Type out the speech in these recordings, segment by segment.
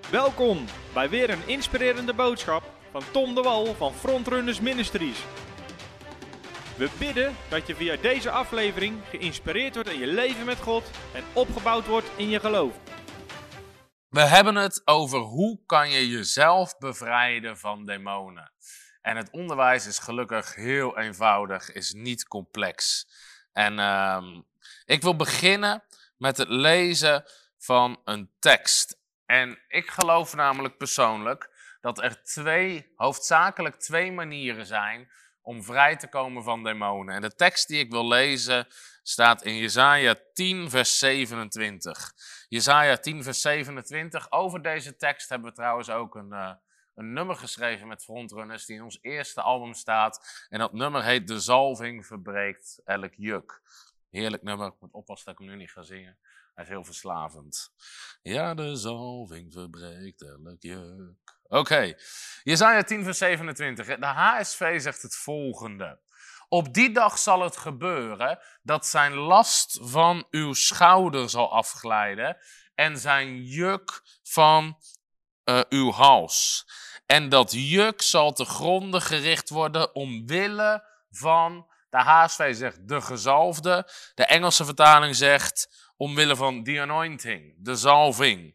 Welkom bij weer een inspirerende boodschap van Tom de Wal van Frontrunners Ministries. We bidden dat je via deze aflevering geïnspireerd wordt in je leven met God en opgebouwd wordt in je geloof. We hebben het over hoe kan je jezelf bevrijden van demonen. En het onderwijs is gelukkig heel eenvoudig, is niet complex. En ik wil beginnen met het lezen van een tekst. En ik geloof namelijk persoonlijk dat er hoofdzakelijk twee manieren zijn om vrij te komen van demonen. En de tekst die ik wil lezen staat in Jesaja 10 vers 27. Jesaja 10 vers 27. Over deze tekst hebben we trouwens ook een nummer geschreven met Frontrunners die in ons eerste album staat. En dat nummer heet De Zalving verbreekt elk juk. Heerlijk nummer, ik moet oppassen dat ik hem nu niet ga zingen. Hij is heel verslavend. Ja, de zalving verbreekt elk juk. Oké, Jesaja 10 vers 27. De HSV zegt het volgende. Op die dag zal het gebeuren dat zijn last van uw schouder zal afglijden en zijn juk van uw hals. En dat juk zal te gronde gericht worden omwille van, de HSV zegt de gezalfde, de Engelse vertaling zegt omwille van the anointing, de zalving.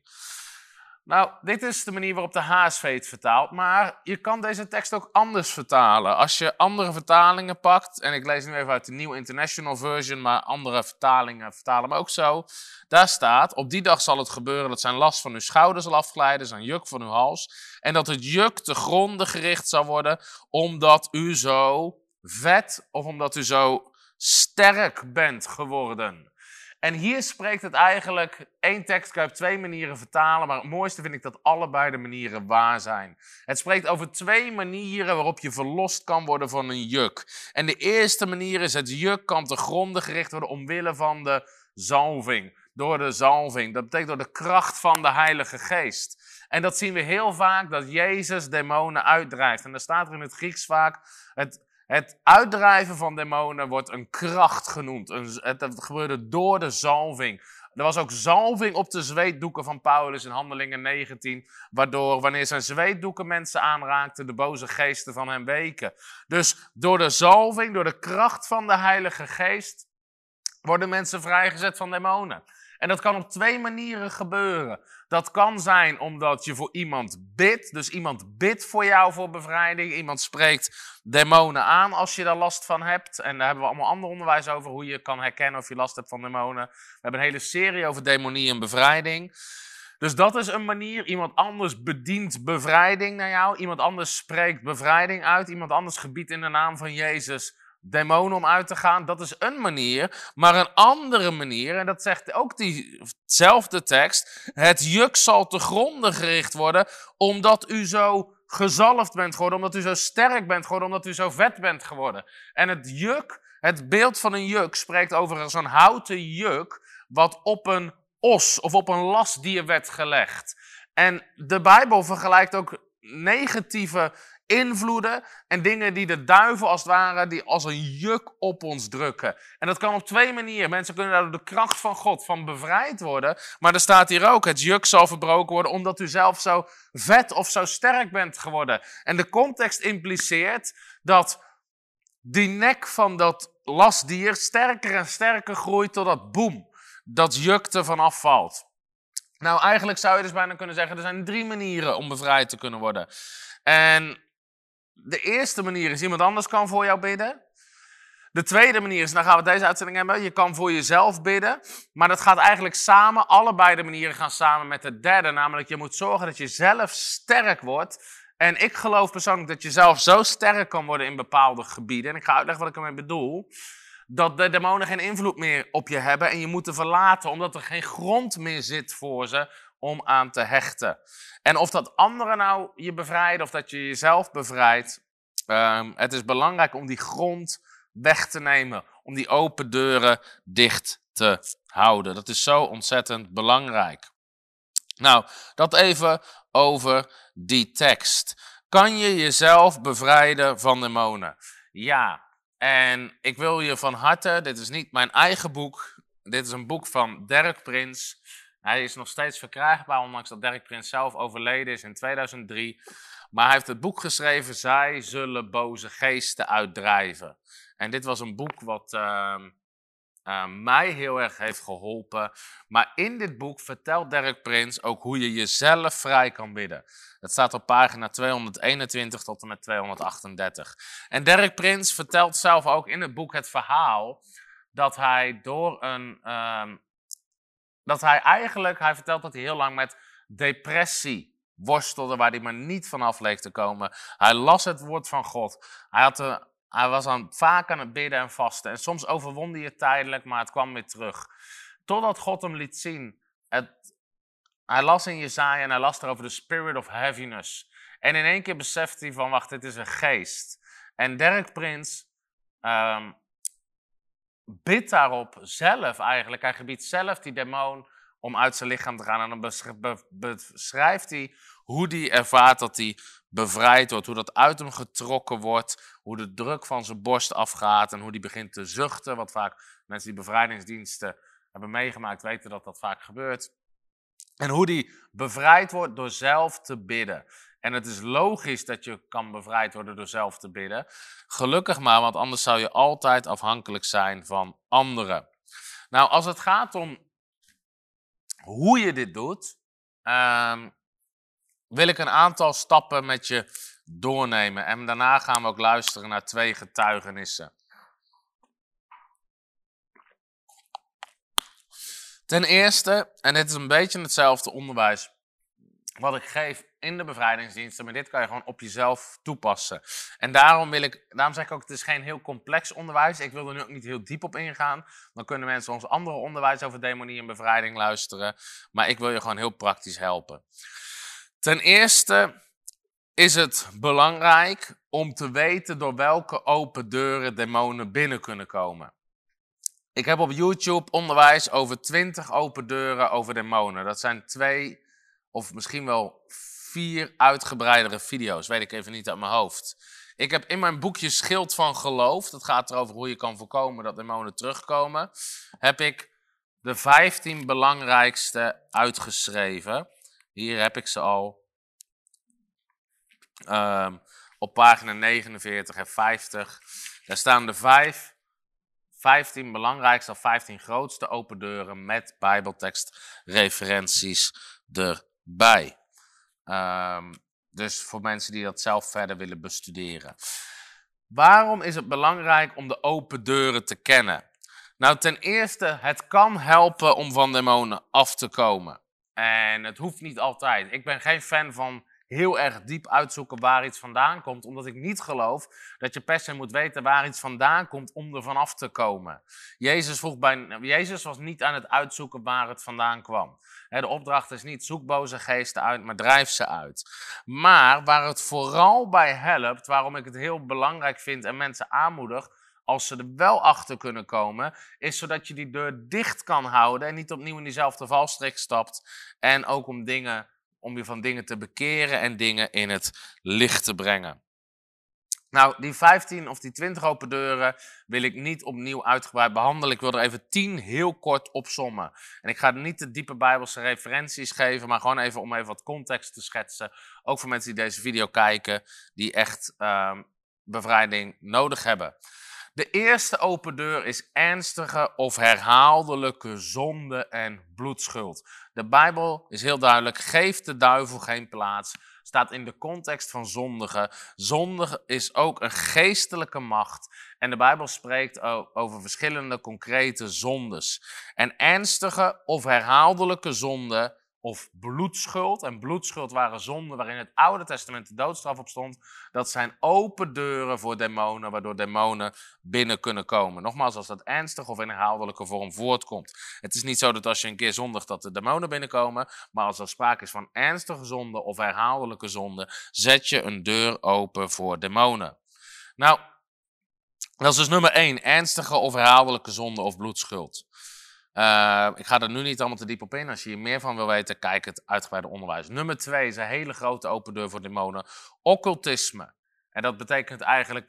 Nou, dit is de manier waarop de HSV het vertaalt, maar je kan deze tekst ook anders vertalen. Als je andere vertalingen pakt, en ik lees nu even uit de New International Version, maar andere vertalingen vertalen hem ook zo. Daar staat, op die dag zal het gebeuren dat zijn last van uw schouder zal afglijden, zijn juk van uw hals. En dat het juk te gronde gericht zal worden, omdat u zo vet of omdat u zo sterk bent geworden. En hier spreekt het eigenlijk, één tekst kan je op twee manieren vertalen, maar het mooiste vind ik dat allebei de manieren waar zijn. Het spreekt over twee manieren waarop je verlost kan worden van een juk. En de eerste manier is, het juk kan te gronde gericht worden omwille van de zalving. Door de zalving, dat betekent door de kracht van de Heilige Geest. En dat zien we heel vaak, dat Jezus demonen uitdrijft. En daar staat er in het Grieks vaak, het uitdrijven van demonen wordt een kracht genoemd. Het gebeurde door de zalving. Er was ook zalving op de zweetdoeken van Paulus in Handelingen 19. Waardoor, wanneer zijn zweetdoeken mensen aanraakten, de boze geesten van hem weken. Dus door de zalving, door de kracht van de Heilige Geest, worden mensen vrijgezet van demonen. En dat kan op twee manieren gebeuren. Dat kan zijn omdat je voor iemand bidt. Dus iemand bidt voor jou voor bevrijding. Iemand spreekt demonen aan als je daar last van hebt. En daar hebben we allemaal ander onderwijs over hoe je kan herkennen of je last hebt van demonen. We hebben een hele serie over demonie en bevrijding. Dus dat is een manier. Iemand anders bedient bevrijding naar jou. Iemand anders spreekt bevrijding uit. Iemand anders gebiedt in de naam van Jezus demonen om uit te gaan, dat is een manier. Maar een andere manier, en dat zegt ook diezelfde tekst, het juk zal te gronde gericht worden, omdat u zo gezalfd bent geworden, omdat u zo sterk bent geworden, omdat u zo vet bent geworden. En het juk, het beeld van een juk, spreekt over zo'n houten juk, wat op een os of op een lastdier werd gelegd. En de Bijbel vergelijkt ook negatieve invloeden en dingen die de duivel als het ware, die als een juk op ons drukken. En dat kan op twee manieren. Mensen kunnen daar door de kracht van God van bevrijd worden. Maar er staat hier ook, het juk zal verbroken worden omdat u zelf zo vet of zo sterk bent geworden. En de context impliceert dat die nek van dat lastdier sterker en sterker groeit totdat boem, dat juk ervan afvalt. Nou, eigenlijk zou je dus bijna kunnen zeggen, er zijn drie manieren om bevrijd te kunnen worden. En de eerste manier is, iemand anders kan voor jou bidden. De tweede manier is, nou gaan we deze uitzending hebben, je kan voor jezelf bidden. Maar dat gaat eigenlijk samen, allebei de manieren gaan samen met de derde. Namelijk, je moet zorgen dat je zelf sterk wordt. En ik geloof persoonlijk dat je zelf zo sterk kan worden in bepaalde gebieden. En ik ga uitleggen wat ik ermee bedoel. Dat de demonen geen invloed meer op je hebben en je moet er verlaten, omdat er geen grond meer zit voor ze om aan te hechten. En of dat anderen nou je bevrijden of dat je jezelf bevrijdt, het is belangrijk om die grond weg te nemen, om die open deuren dicht te houden. Dat is zo ontzettend belangrijk. Nou, dat even over die tekst. Kan je jezelf bevrijden van demonen? Ja, en ik wil je van harte, dit is niet mijn eigen boek, dit is een boek van Derek Prince. Hij is nog steeds verkrijgbaar, ondanks dat Derek Prince zelf overleden is in 2003. Maar hij heeft het boek geschreven, Zij zullen boze geesten uitdrijven. En dit was een boek wat mij heel erg heeft geholpen. Maar in dit boek vertelt Derek Prince ook hoe je jezelf vrij kan bidden. Dat staat op pagina 221 tot en met 238. En Derek Prince vertelt zelf ook in het boek het verhaal dat hij hij vertelt dat hij heel lang met depressie worstelde, waar hij maar niet vanaf leek te komen. Hij las het woord van God. Hij was vaak aan het bidden en vasten. En soms overwon hij het tijdelijk, maar het kwam weer terug. Totdat God hem liet zien. Hij las in Jesaja en hij las erover de spirit of heaviness. En in één keer beseft hij van, wacht, dit is een geest. En Derek Prince bidt daarop zelf eigenlijk. Hij gebiedt zelf die demon om uit zijn lichaam te gaan. En dan beschrijft hij hoe hij ervaart dat hij bevrijd wordt. Hoe dat uit hem getrokken wordt. Hoe de druk van zijn borst afgaat. En hoe hij begint te zuchten. Wat vaak mensen die bevrijdingsdiensten hebben meegemaakt weten dat dat vaak gebeurt. En hoe die bevrijd wordt door zelf te bidden. En het is logisch dat je kan bevrijd worden door zelf te bidden. Gelukkig maar, want anders zou je altijd afhankelijk zijn van anderen. Nou, als het gaat om hoe je dit doet, wil ik een aantal stappen met je doornemen. En daarna gaan we ook luisteren naar 2 getuigenissen. Ten eerste, en dit is een beetje hetzelfde onderwijs wat ik geef in de bevrijdingsdiensten, maar dit kan je gewoon op jezelf toepassen. En daarom zeg ik ook, het is geen heel complex onderwijs. Ik wil er nu ook niet heel diep op ingaan. Dan kunnen mensen ons andere onderwijs over demonie en bevrijding luisteren. Maar ik wil je gewoon heel praktisch helpen. Ten eerste is het belangrijk om te weten door welke open deuren demonen binnen kunnen komen. Ik heb op YouTube onderwijs over 20 open deuren over demonen. Dat zijn 2 of misschien wel 4 uitgebreidere video's. Weet ik even niet uit mijn hoofd. Ik heb in mijn boekje Schild van Geloof, dat gaat erover hoe je kan voorkomen dat demonen terugkomen, heb ik de 15 belangrijkste uitgeschreven. Hier heb ik ze al op pagina 49 en 50. Daar staan de 15 belangrijkste of 15 grootste open deuren met bijbeltekstreferenties erbij. Dus voor mensen die dat zelf verder willen bestuderen. Waarom is het belangrijk om de open deuren te kennen? Nou, ten eerste, het kan helpen om van demonen af te komen. En het hoeft niet altijd. Ik ben geen fan van heel erg diep uitzoeken waar iets vandaan komt, omdat ik niet geloof dat je per se moet weten waar iets vandaan komt om er vanaf te komen. Jezus was niet aan het uitzoeken waar het vandaan kwam. De opdracht is niet zoek boze geesten uit, maar drijf ze uit. Maar waar het vooral bij helpt, waarom ik het heel belangrijk vind en mensen aanmoedig, als ze er wel achter kunnen komen, is zodat je die deur dicht kan houden en niet opnieuw in diezelfde valstrik stapt. En ook om je van dingen te bekeren en dingen in het licht te brengen. Nou, die 15 of die 20 open deuren wil ik niet opnieuw uitgebreid behandelen. Ik wil er even 10 heel kort opsommen. En ik ga niet de diepe Bijbelse referenties geven, maar gewoon even om even wat context te schetsen. Ook voor mensen die deze video kijken, die echt bevrijding nodig hebben. De eerste open deur is ernstige of herhaaldelijke zonde en bloedschuld. De Bijbel is heel duidelijk, geef de duivel geen plaats. Staat in de context van zondigen. Zondige is ook een geestelijke macht. En de Bijbel spreekt over verschillende concrete zondes. En ernstige of herhaaldelijke zonde of bloedschuld. En bloedschuld waren zonden waarin het Oude Testament de doodstraf op stond. Dat zijn open deuren voor demonen, waardoor demonen binnen kunnen komen. Nogmaals, als dat ernstig of in herhaaldelijke vorm voortkomt. Het is niet zo dat als je een keer zondigt dat de demonen binnenkomen. Maar als er sprake is van ernstige zonde of herhaaldelijke zonde, zet je een deur open voor demonen. Nou, dat is dus nummer 1. Ernstige of herhaaldelijke zonde of bloedschuld. Ik ga er nu niet allemaal te diep op in. Als je hier meer van wil weten, kijk het uitgebreide onderwijs. Nummer 2 is een hele grote open deur voor demonen. Occultisme. En dat betekent eigenlijk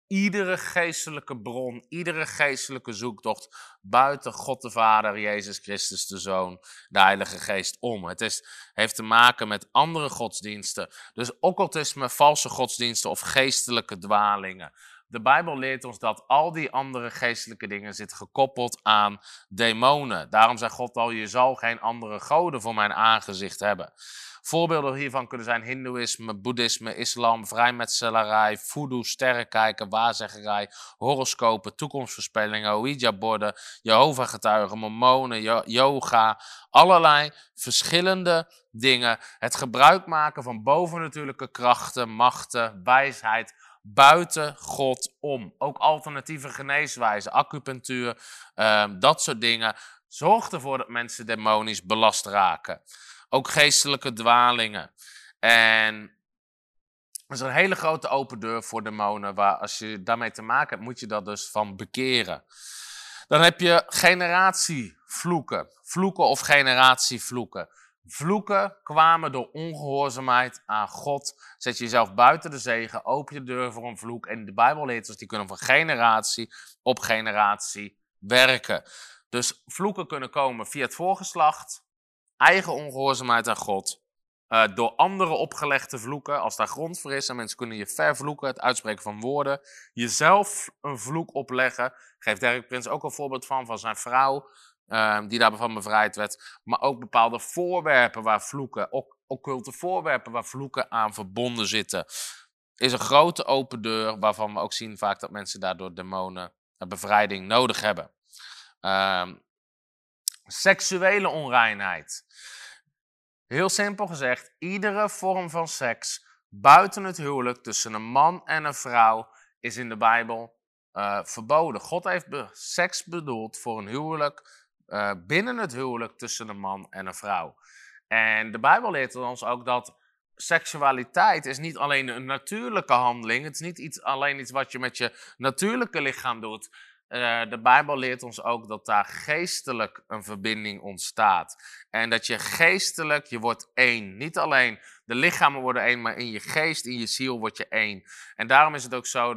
iedere geestelijke bron, iedere geestelijke zoektocht buiten God de Vader, Jezus Christus de Zoon, de Heilige Geest om. Heeft te maken met andere godsdiensten. Dus occultisme, valse godsdiensten of geestelijke dwalingen. De Bijbel leert ons dat al die andere geestelijke dingen zitten gekoppeld aan demonen. Daarom zei God al, je zal geen andere goden voor mijn aangezicht hebben. Voorbeelden hiervan kunnen zijn hindoeïsme, boeddhisme, islam, vrijmetselarij, voodoo, sterrenkijken, waarzeggerij, horoscopen, toekomstvoorspellingen, Ouija-borden, Jehovah-getuigen, mormonen, yoga, allerlei verschillende dingen. Het gebruik maken van bovennatuurlijke krachten, machten, wijsheid, buiten God om. Ook alternatieve geneeswijzen, acupunctuur, dat soort dingen, zorgt ervoor dat mensen demonisch belast raken. Ook geestelijke dwalingen. En er is een hele grote open deur voor demonen, waar als je daarmee te maken hebt, moet je dat dus van bekeren. Dan heb je generatievloeken. Vloeken of generatievloeken. Vloeken kwamen door ongehoorzaamheid aan God. Zet je jezelf buiten de zegen, open je deur voor een vloek. En de Bijbel leert ons, die kunnen van generatie op generatie werken. Dus vloeken kunnen komen via het voorgeslacht, eigen ongehoorzaamheid aan God, door anderen opgelegde vloeken, als daar grond voor is. En mensen kunnen je vervloeken, het uitspreken van woorden. Jezelf een vloek opleggen. Geeft Derek Prins ook een voorbeeld van zijn vrouw, die daarvan bevrijd werd. Maar ook bepaalde voorwerpen waar vloeken, occulte voorwerpen waar vloeken aan verbonden zitten. Is een grote open deur, waarvan we ook zien vaak dat mensen daardoor demonen bevrijding nodig hebben. Seksuele onreinheid. Heel simpel gezegd, iedere vorm van seks buiten het huwelijk tussen een man en een vrouw is in de Bijbel verboden. God heeft seks bedoeld voor een huwelijk, binnen het huwelijk tussen een man en een vrouw. En de Bijbel leert ons ook dat seksualiteit is niet alleen een natuurlijke handeling. Het is niet alleen iets wat je met je natuurlijke lichaam doet. De Bijbel leert ons ook dat daar geestelijk een verbinding ontstaat. En dat je geestelijk, je wordt één. Niet alleen de lichamen worden één, maar in je geest, in je ziel word je één. En daarom is het ook zo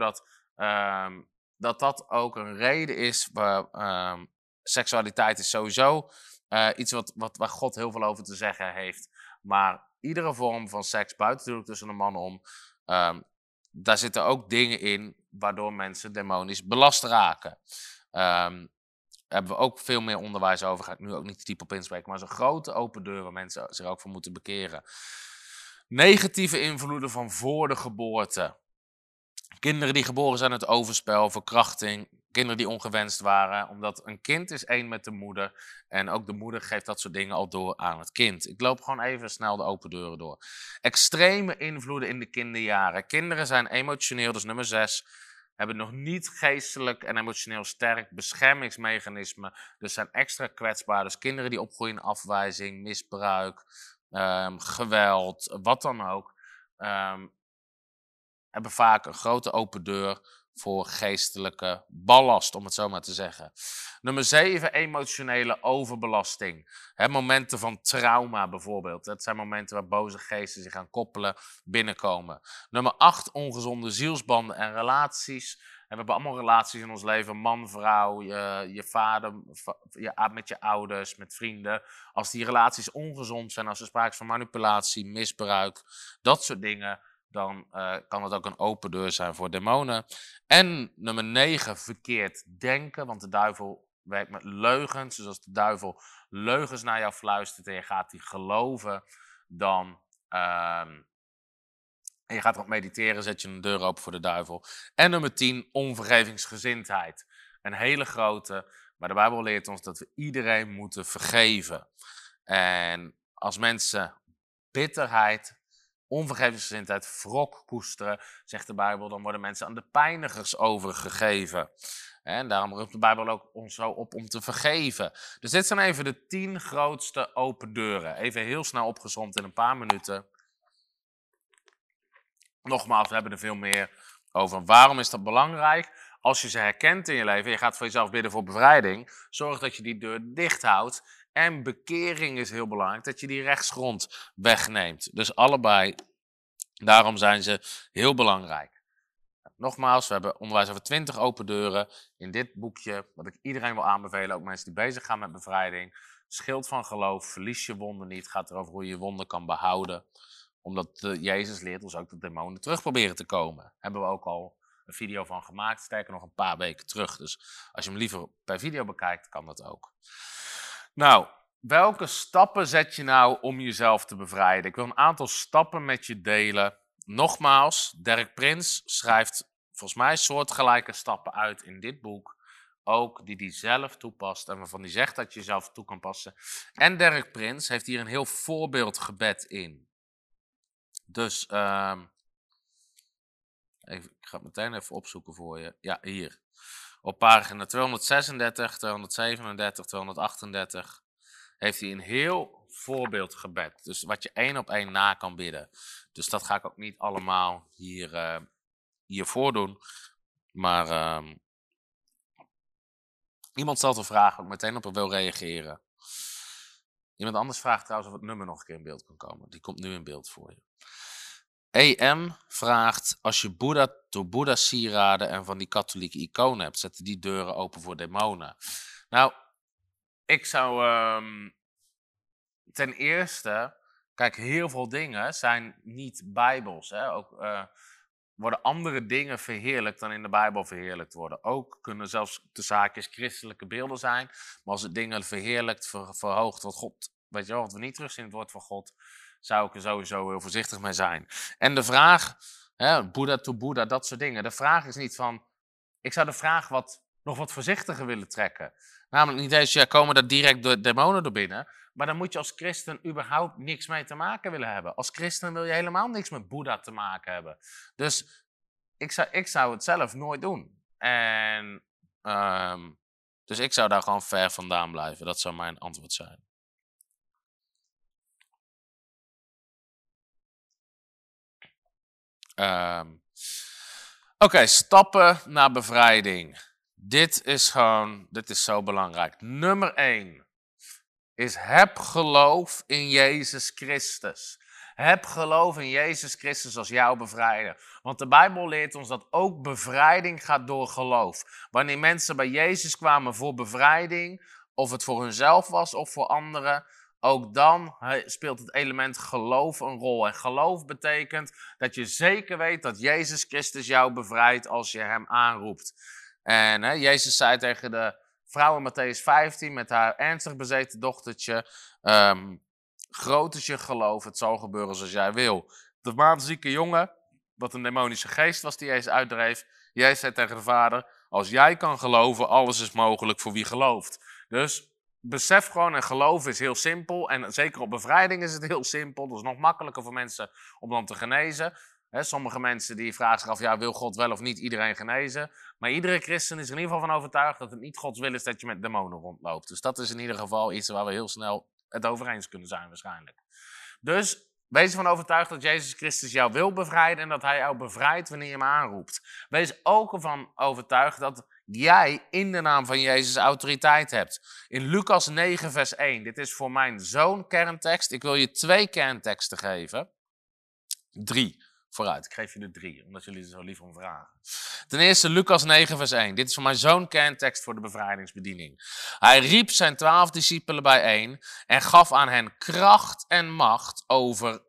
dat ook een reden is. Seksualiteit is sowieso iets waar God heel veel over te zeggen heeft. Maar iedere vorm van seks, buiten natuurlijk tussen een man om, daar zitten ook dingen in waardoor mensen demonisch belast raken. Daar hebben we ook veel meer onderwijs over. Ga ik nu ook niet diep op inspreken. Maar het is een grote open deur waar mensen zich ook voor moeten bekeren. Negatieve invloeden van voor de geboorte. Kinderen die geboren zijn uit overspel, verkrachting. Kinderen die ongewenst waren. Omdat een kind is één met de moeder. En ook de moeder geeft dat soort dingen al door aan het kind. Ik loop gewoon even snel de open deuren door. Extreme invloeden in de kinderjaren. Kinderen zijn emotioneel, dus nummer 6. Hebben nog niet geestelijk en emotioneel sterk beschermingsmechanismen. Dus zijn extra kwetsbaar. Dus kinderen die opgroeien in afwijzing, misbruik, geweld, wat dan ook. Hebben vaak een grote open deur voor geestelijke ballast, om het zo maar te zeggen. Nummer 7, emotionele overbelasting. Momenten van trauma bijvoorbeeld. Dat zijn momenten waar boze geesten zich aan koppelen, binnenkomen. Nummer 8, ongezonde zielsbanden en relaties. We hebben allemaal relaties in ons leven. Man, vrouw, je vader, met je ouders, met vrienden. Als die relaties ongezond zijn, als er sprake is van manipulatie, misbruik, dat soort dingen, dan kan het ook een open deur zijn voor demonen. En nummer 9, verkeerd denken. Want de duivel werkt met leugens. Dus als de duivel leugens naar jou fluistert en je gaat die geloven, dan en je gaat erop mediteren, zet je een deur open voor de duivel. En nummer 10, onvergevingsgezindheid. Een hele grote, maar de Bijbel leert ons dat we iedereen moeten vergeven. En als mensen bitterheid, onvergevingsgezindheid, wrok koesteren, zegt de Bijbel, dan worden mensen aan de pijnigers overgegeven. En daarom roept de Bijbel ook ons zo op om te vergeven. Dus dit zijn even de 10 grootste open deuren. Even heel snel opgezomd in een paar minuten. Nogmaals, we hebben er veel meer over. Waarom is dat belangrijk? Als je ze herkent in je leven, je gaat voor jezelf bidden voor bevrijding, zorg dat je die deur dicht houdt. En bekering is heel belangrijk, dat je die rechtsgrond wegneemt. Dus allebei, daarom zijn ze heel belangrijk. Nogmaals, we hebben onderwijs over 20 open deuren. In dit boekje, wat ik iedereen wil aanbevelen, ook mensen die bezig gaan met bevrijding. Schild van geloof, verlies je wonden niet. Gaat erover hoe je je wonden kan behouden. Omdat Jezus leert ons ook dat demonen terug proberen te komen. Hebben we ook al een video van gemaakt, sterker nog een paar weken terug. Dus als je hem liever per video bekijkt, kan dat ook. Nou, welke stappen zet je nou om jezelf te bevrijden? Ik wil een aantal stappen met je delen. Nogmaals, Derek Prins schrijft volgens mij soortgelijke stappen uit in dit boek. Ook die hij zelf toepast en waarvan hij zegt dat je zelf toe kan passen. En Derek Prins heeft hier een heel voorbeeldgebed in. Dus, ik ga het meteen even opzoeken voor je. Ja, hier. Op pagina 236, 237, 238 heeft hij een heel voorbeeldgebed. Dus wat je 1 op 1 na kan bidden. Dus dat ga ik ook niet allemaal hier voordoen. Maar iemand stelt een vraag waar ik meteen op wil reageren. Iemand anders vraagt trouwens of het nummer nog een keer in beeld kan komen. Die komt nu in beeld voor je. EM vraagt, als je Boeddha sieraden en van die katholieke iconen hebt, zetten die deuren open voor demonen? Nou, ik zou ten eerste, kijk, heel veel dingen zijn niet bijbels. Hè? Ook worden andere dingen verheerlijkt dan in de Bijbel verheerlijkt worden. Ook kunnen zelfs de zaakjes christelijke beelden zijn, maar als het dingen verheerlijkt, verhoogt wat God, weet je wel, wat we niet terugzien in het woord van God, zou ik er sowieso heel voorzichtig mee zijn. En de vraag, Boeddha to Boeddha, dat soort dingen. De vraag is niet van, ik zou de vraag nog wat voorzichtiger willen trekken. Namelijk niet eens, komen daar direct de demonen door binnen. Maar dan moet je als christen überhaupt niks mee te maken willen hebben. Als christen wil je helemaal niks met Boeddha te maken hebben. Dus ik zou het zelf nooit doen. En dus ik zou daar gewoon ver vandaan blijven. Dat zou mijn antwoord zijn. Oké, stappen naar bevrijding. Dit is zo belangrijk. Nummer 1 is heb geloof in Jezus Christus. Heb geloof in Jezus Christus als jouw bevrijder. Want de Bijbel leert ons dat ook bevrijding gaat door geloof. Wanneer mensen bij Jezus kwamen voor bevrijding, of het voor hunzelf was of voor anderen, ook dan speelt het element geloof een rol. En geloof betekent dat je zeker weet dat Jezus Christus jou bevrijdt als je hem aanroept. En Jezus zei tegen de vrouw in Mattheüs 15 met haar ernstig bezeten dochtertje, groot is je geloof, het zal gebeuren zoals jij wil. De maanzieke jongen, wat een demonische geest was die Jezus uitdreef, Jezus zei tegen de vader, als jij kan geloven, alles is mogelijk voor wie gelooft. Dus besef gewoon, en geloof is heel simpel. En zeker op bevrijding is het heel simpel. Dat is nog makkelijker voor mensen om dan te genezen. Sommige mensen die vragen zich af, wil God wel of niet iedereen genezen? Maar iedere christen is er in ieder geval van overtuigd dat het niet Gods wil is dat je met demonen rondloopt. Dus dat is in ieder geval iets waar we heel snel het over eens kunnen zijn waarschijnlijk. Dus wees ervan overtuigd dat Jezus Christus jou wil bevrijden en dat hij jou bevrijdt wanneer je hem aanroept. Wees ook ervan overtuigd dat jij in de naam van Jezus autoriteit hebt. In Lucas 9 vers 1, dit is voor mijn zoon kerntekst. Ik wil je 2 kernteksten geven. 3, vooruit. Ik geef je er 3, omdat jullie er zo lief om vragen. Ten eerste Lucas 9 vers 1. Dit is voor mijn zoon kerntekst voor de bevrijdingsbediening. Hij riep zijn 12 discipelen bijeen en gaf aan hen kracht en macht over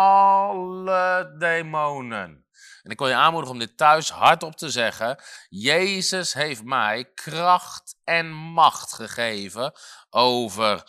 alle demonen. En ik wil je aanmoedigen om dit thuis hardop te zeggen. Jezus heeft mij kracht en macht gegeven over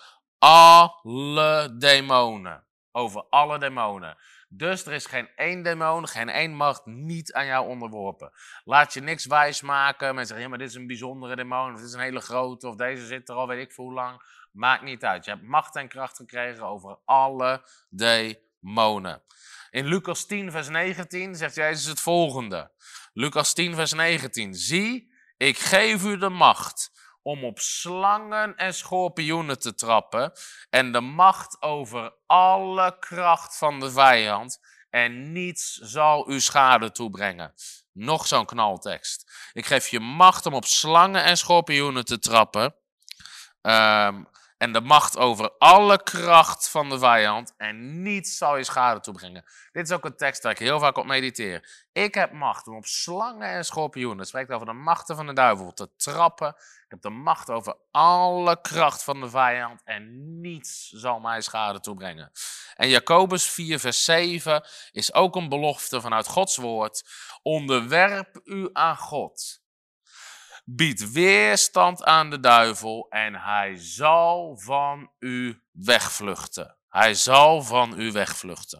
alle demonen. Over alle demonen. Dus er is geen één demon, geen één macht niet aan jou onderworpen. Laat je niks wijsmaken. Mensen zeggen, maar dit is een bijzondere demon, of dit is een hele grote, of deze zit er al weet ik voor hoe lang. Maakt niet uit. Je hebt macht en kracht gekregen over alle demonen. In Lucas 10 vers 19 zegt Jezus het volgende. Lucas 10 vers 19. Zie, ik geef u de macht om op slangen en schorpioenen te trappen en de macht over alle kracht van de vijand en niets zal u schade toebrengen. Nog zo'n knaltekst. Ik geef je macht om op slangen en schorpioenen te trappen en de macht over alle kracht van de vijand en niets zal je schade toebrengen. Dit is ook een tekst waar ik heel vaak op mediteer. Ik heb macht om op slangen en schorpioenen, het spreekt over de machten van de duivel, te trappen. Ik heb de macht over alle kracht van de vijand en niets zal mij schade toebrengen. En Jacobus 4 vers 7 is ook een belofte vanuit Gods woord. Onderwerp u aan God. Bied weerstand aan de duivel en hij zal van u wegvluchten. Hij zal van u wegvluchten.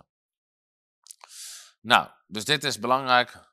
Nou, dus dit is belangrijk.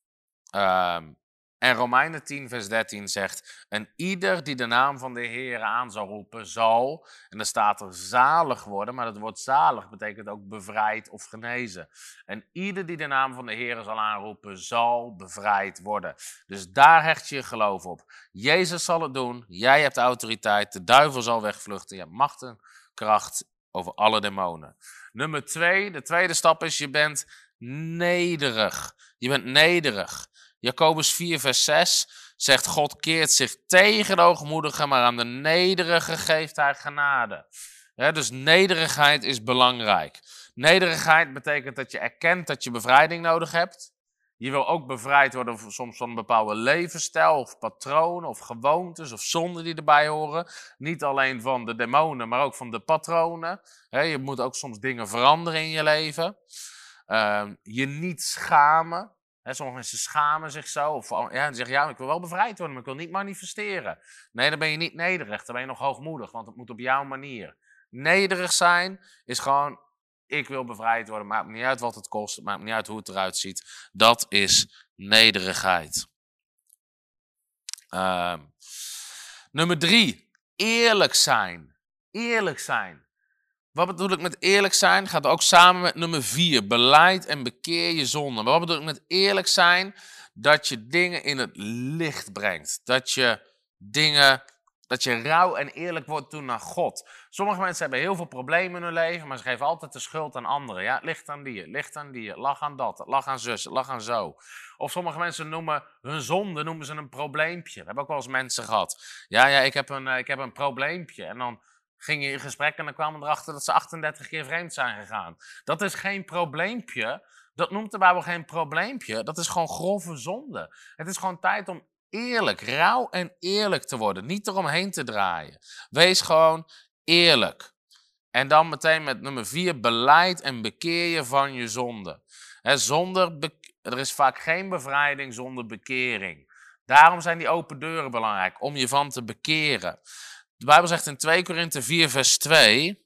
En Romeinen 10 vers 13 zegt, en ieder die de naam van de Heer aan zal roepen, zal, en dan staat er zalig worden, maar het woord zalig betekent ook bevrijd of genezen. En ieder die de naam van de Heer zal aanroepen, zal bevrijd worden. Dus daar hecht je geloof op. Jezus zal het doen, jij hebt autoriteit, de duivel zal wegvluchten, je hebt macht en kracht over alle demonen. Nummer 2, de tweede stap is, je bent nederig. Je bent nederig. Jacobus 4 vers 6 zegt, God keert zich tegen de hoogmoedigen, maar aan de nederige geeft hij genade. Dus nederigheid is belangrijk. Nederigheid betekent dat je erkent dat je bevrijding nodig hebt. Je wil ook bevrijd worden soms van een bepaalde levensstijl of patronen of gewoontes of zonden die erbij horen. Niet alleen van de demonen, maar ook van de patronen. Je moet ook soms dingen veranderen in je leven. Je niet schamen. Sommige mensen schamen zich zo. Of zeggen, ja, ik wil wel bevrijd worden, maar ik wil niet manifesteren. Nee, dan ben je niet nederig. Dan ben je nog hoogmoedig, want het moet op jouw manier. Nederig zijn is gewoon, ik wil bevrijd worden. Maakt me niet uit wat het kost. Het maakt me niet uit hoe het eruit ziet. Dat is nederigheid. Nummer 3. Eerlijk zijn. Eerlijk zijn. Wat bedoel ik met eerlijk zijn? Gaat ook samen met nummer 4. Belijd en bekeer je zonde. Maar wat bedoel ik met eerlijk zijn? Dat je dingen in het licht brengt. Dat je rauw en eerlijk wordt toe naar God. Sommige mensen hebben heel veel problemen in hun leven, maar ze geven altijd de schuld aan anderen. Ja, het ligt aan die, het ligt aan die, het lag aan dat, het lag aan zus, het lag aan zo. Of sommige mensen noemen hun zonde een probleempje. We hebben ook wel eens mensen gehad. Ja, ik heb een probleempje. En dan ging je in gesprek en dan kwamen erachter dat ze 38 keer vreemd zijn gegaan. Dat is geen probleempje. Dat noemt de Bijbel geen probleempje. Dat is gewoon grove zonde. Het is gewoon tijd om eerlijk, rauw en eerlijk te worden. Niet eromheen te draaien. Wees gewoon eerlijk. En dan meteen met nummer 4, belijd en bekeer je van je zonde. Er is vaak geen bevrijding zonder bekering. Daarom zijn die open deuren belangrijk, om je van te bekeren. De Bijbel zegt in 2 Korinthe 4 vers 2...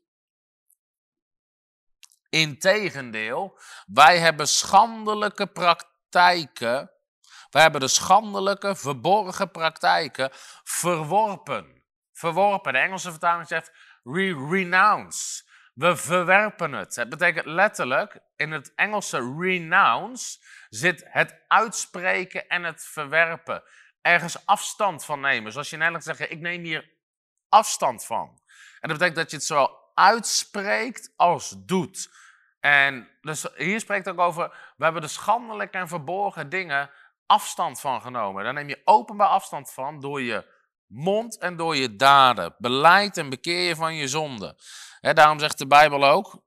Integendeel, wij hebben schandelijke praktijken. Wij hebben de schandelijke, verborgen praktijken verworpen. Verworpen. De Engelse vertaling zegt renounce. We verwerpen het. Het betekent letterlijk, in het Engelse renounce zit het uitspreken en het verwerpen. Ergens afstand van nemen. Zoals je in Nederland zegt, ik neem hier afstand van. En dat betekent dat je het zowel uitspreekt als doet. En dus hier spreekt het ook over, we hebben de schandelijke en verborgen dingen afstand van genomen. Daar neem je openbaar afstand van door je mond en door je daden. Belijd en bekeer je van je zonde. Daarom zegt de Bijbel ook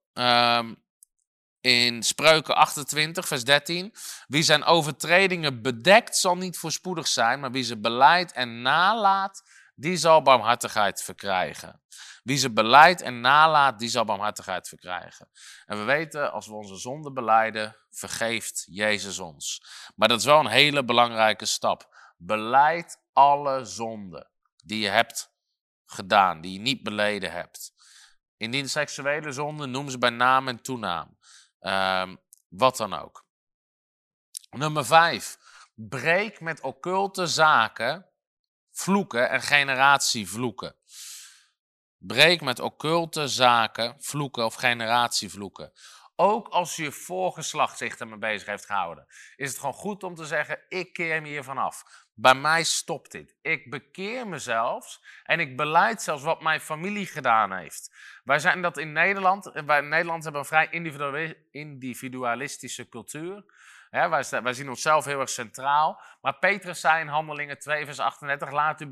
in Spreuken 28 vers 13. Wie zijn overtredingen bedekt zal niet voorspoedig zijn, maar wie ze belijdt en nalaat, die zal barmhartigheid verkrijgen. Wie ze belijdt en nalaat, die zal barmhartigheid verkrijgen. En we weten, als we onze zonde belijden, vergeeft Jezus ons. Maar dat is wel een hele belangrijke stap. Belijd alle zonden die je hebt gedaan, die je niet beleden hebt. Indien seksuele zonden, noem ze bij naam en toenaam. Wat dan ook. Nummer 5. Breek met occulte zaken, vloeken en generatievloeken. Breek met occulte zaken, vloeken of generatievloeken. Ook als je voorgeslacht zich ermee bezig heeft gehouden, is het gewoon goed om te zeggen, ik keer me hiervan af. Bij mij stopt dit. Ik bekeer mezelf en ik belijd zelfs wat mijn familie gedaan heeft. Wij zijn dat in Nederland. Wij in Nederland hebben een vrij individualistische cultuur. Wij zien onszelf heel erg centraal. Maar Petrus zei in Handelingen 2 vers 38,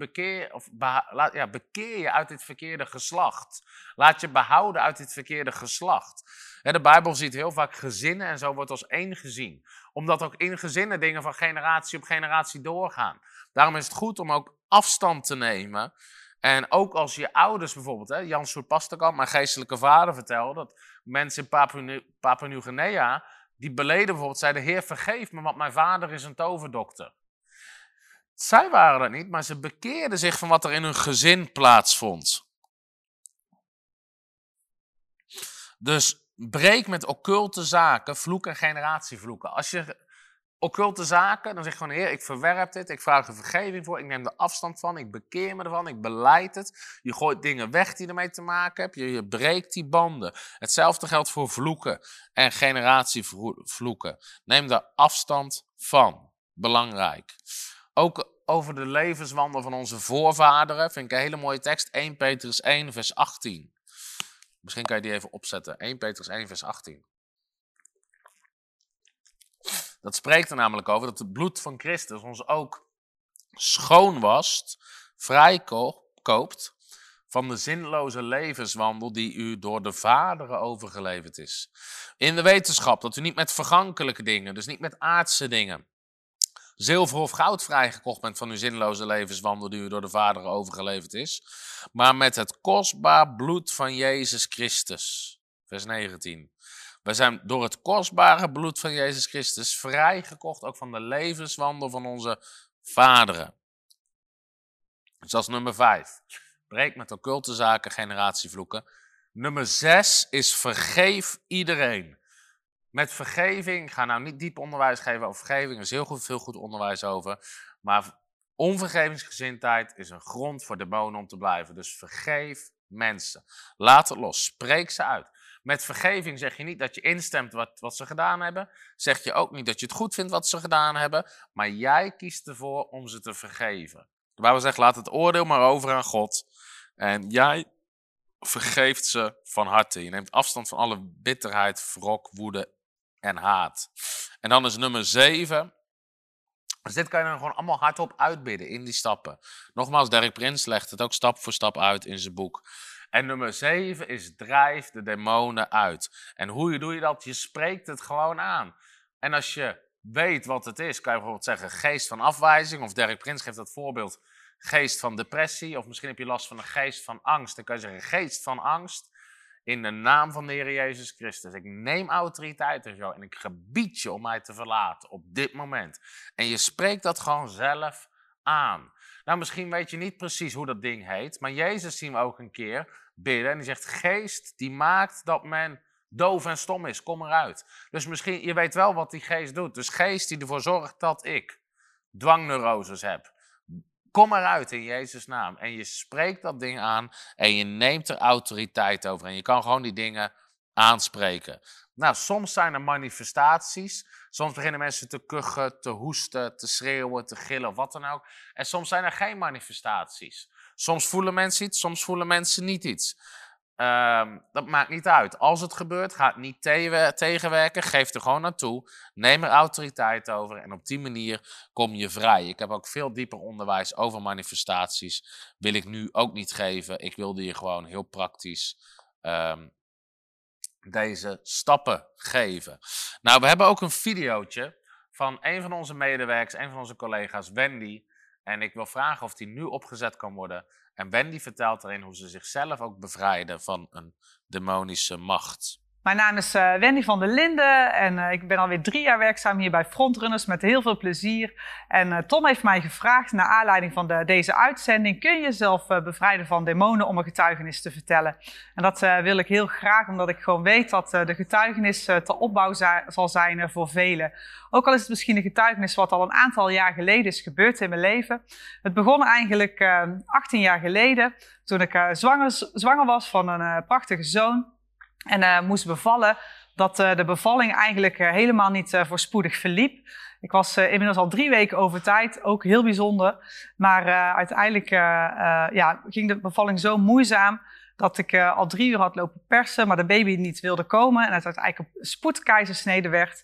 bekeer je uit dit verkeerde geslacht. Laat je behouden uit dit verkeerde geslacht. De Bijbel ziet heel vaak gezinnen en zo wordt als één gezien. Omdat ook in gezinnen dingen van generatie op generatie doorgaan. Daarom is het goed om ook afstand te nemen. En ook als je ouders bijvoorbeeld, Jan Soet Pasterkamp, mijn geestelijke vader, vertelde dat mensen in Papua Nieuw-Guinea, die beleden bijvoorbeeld, zeiden: Heer, vergeef me, want mijn vader is een toverdokter. Zij waren dat niet, maar ze bekeerden zich van wat er in hun gezin plaatsvond. Dus breek met occulte zaken, vloeken en generatievloeken. Als je occulte zaken, dan zeg je gewoon: Heer, ik verwerp dit, ik vraag er vergeving voor, ik neem er afstand van, ik bekeer me ervan, ik belijd het. Je gooit dingen weg die ermee te maken hebben, je breekt die banden. Hetzelfde geldt voor vloeken en generatievloeken. Neem daar afstand van. Belangrijk. Ook over de levenswandel van onze voorvaderen vind ik een hele mooie tekst, 1 Petrus 1 vers 18. Misschien kan je die even opzetten, 1 Petrus 1 vers 18. Dat spreekt er namelijk over dat het bloed van Christus ons ook schoonwast, vrijkoopt van de zinloze levenswandel die u door de vaderen overgeleverd is. In de wetenschap dat u niet met vergankelijke dingen, dus niet met aardse dingen, zilver of goud vrijgekocht bent van uw zinloze levenswandel die u door de vaderen overgeleverd is, maar met het kostbaar bloed van Jezus Christus. Vers 19. We zijn door het kostbare bloed van Jezus Christus vrijgekocht ook van de levenswandel van onze vaderen. Dus dat is nummer 5. Breek met occulte zaken, generatievloeken. Nummer 6 is vergeef iedereen. Met vergeving, ik ga nou niet diep onderwijs geven over vergeving, er is heel goed, veel goed onderwijs over. Maar onvergevingsgezindheid is een grond voor demonen om te blijven. Dus vergeef mensen. Laat het los, spreek ze uit. Met vergeving zeg je niet dat je instemt wat ze gedaan hebben. Zeg je ook niet dat je het goed vindt wat ze gedaan hebben. Maar jij kiest ervoor om ze te vergeven. De Bijbel zegt, laat het oordeel maar over aan God. En jij vergeeft ze van harte. Je neemt afstand van alle bitterheid, wrok, woede en haat. En dan is nummer 7. Dus dit kan je dan gewoon allemaal hardop uitbidden in die stappen. Nogmaals, Derek Prins legt het ook stap voor stap uit in zijn boek. En nummer 7 is drijf de demonen uit. En hoe doe je dat? Je spreekt het gewoon aan. En als je weet wat het is, kan je bijvoorbeeld zeggen geest van afwijzing. Of Derek Prins geeft dat voorbeeld geest van depressie. Of misschien heb je last van een geest van angst. Dan kan je zeggen geest van angst in de naam van de Heer Jezus Christus. Ik neem autoriteit en zo en ik gebied je om mij te verlaten op dit moment. En je spreekt dat gewoon zelf aan. Nou, misschien weet je niet precies hoe dat ding heet, maar Jezus zien we ook een keer bidden en die zegt, geest die maakt dat men doof en stom is, kom eruit. Dus misschien, je weet wel wat die geest doet. Dus geest die ervoor zorgt dat ik dwangneuroses heb. Kom eruit in Jezus' naam. En je spreekt dat ding aan en je neemt er autoriteit over. En je kan gewoon die dingen aanspreken. Nou, soms zijn er manifestaties. Soms beginnen mensen te kuchen, te hoesten, te schreeuwen, te gillen of wat dan ook. En soms zijn er geen manifestaties. Soms voelen mensen iets, soms voelen mensen niet iets. Dat maakt niet uit. Als het gebeurt, ga het niet tegenwerken. Geef er gewoon naartoe. Neem er autoriteit over. En op die manier kom je vrij. Ik heb ook veel dieper onderwijs over manifestaties. Wil ik nu ook niet geven. Ik wilde je gewoon heel praktisch deze stappen geven. Nou, we hebben ook een videootje van een van onze medewerkers, een van onze collega's, Wendy. En ik wil vragen of die nu opgezet kan worden. En Wendy vertelt erin hoe ze zichzelf ook bevrijden van een demonische macht. Mijn naam is Wendy van der Linden en ik ben alweer 3 jaar werkzaam hier bij Frontrunners met heel veel plezier. En Tom heeft mij gevraagd, naar aanleiding van deze uitzending, kun je jezelf bevrijden van demonen om een getuigenis te vertellen. En dat wil ik heel graag, omdat ik gewoon weet dat de getuigenis ter opbouw zal zijn voor velen. Ook al is het misschien een getuigenis wat al een aantal jaar geleden is gebeurd in mijn leven. Het begon eigenlijk 18 jaar geleden, toen ik zwanger was van een prachtige zoon. En moest bevallen, dat de bevalling eigenlijk helemaal niet voorspoedig verliep. Ik was inmiddels al 3 weken over tijd, ook heel bijzonder. Maar uiteindelijk ging de bevalling zo moeizaam dat ik al 3 uur had lopen persen, maar de baby niet wilde komen. En het uiteindelijk op spoedkeizersnede werd.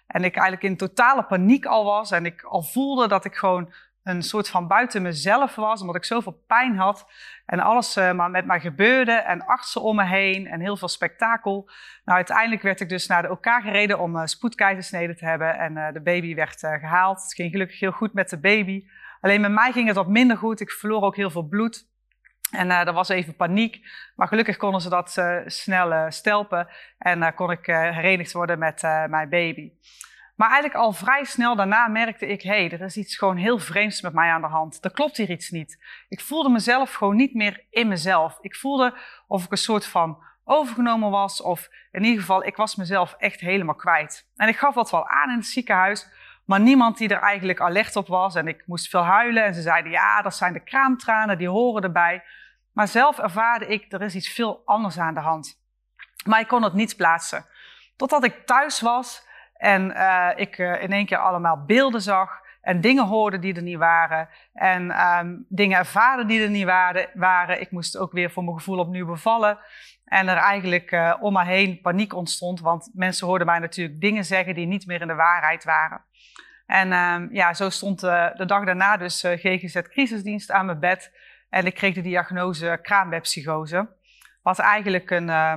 En ik eigenlijk in totale paniek al was. En ik al voelde dat ik gewoon een soort van buiten mezelf was. Omdat ik zoveel pijn had. En alles maar met mij gebeurde. En artsen om me heen. En heel veel spektakel. Nou, uiteindelijk werd ik dus naar de OK gereden om spoedkeizersnede te hebben. En de baby werd gehaald. Het ging gelukkig heel goed met de baby. Alleen met mij ging het wat minder goed. Ik verloor ook heel veel bloed. En er was even paniek. Maar gelukkig konden ze dat snel stelpen. En kon ik herenigd worden met mijn baby. Maar eigenlijk al vrij snel daarna merkte ik, er is iets gewoon heel vreemds met mij aan de hand. Er klopt hier iets niet. Ik voelde mezelf gewoon niet meer in mezelf. Ik voelde of ik een soort van overgenomen was. Of in ieder geval, ik was mezelf echt helemaal kwijt. En ik gaf dat wel aan in het ziekenhuis. Maar niemand die er eigenlijk alert op was. En ik moest veel huilen. En ze zeiden, ja, dat zijn de kraamtranen, die horen erbij. Maar zelf ervaarde ik, er is iets veel anders aan de hand. Maar ik kon het niet plaatsen. Totdat ik thuis was en ik in één keer allemaal beelden zag. En dingen hoorde die er niet waren. En dingen ervaarde die er niet waren. Ik moest ook weer voor mijn gevoel opnieuw bevallen. En er eigenlijk om me heen paniek ontstond. Want mensen hoorden mij natuurlijk dingen zeggen die niet meer in de waarheid waren. En zo stond de dag daarna dus GGZ-crisisdienst aan mijn bed. En ik kreeg de diagnose kraambedpsychose. Wat eigenlijk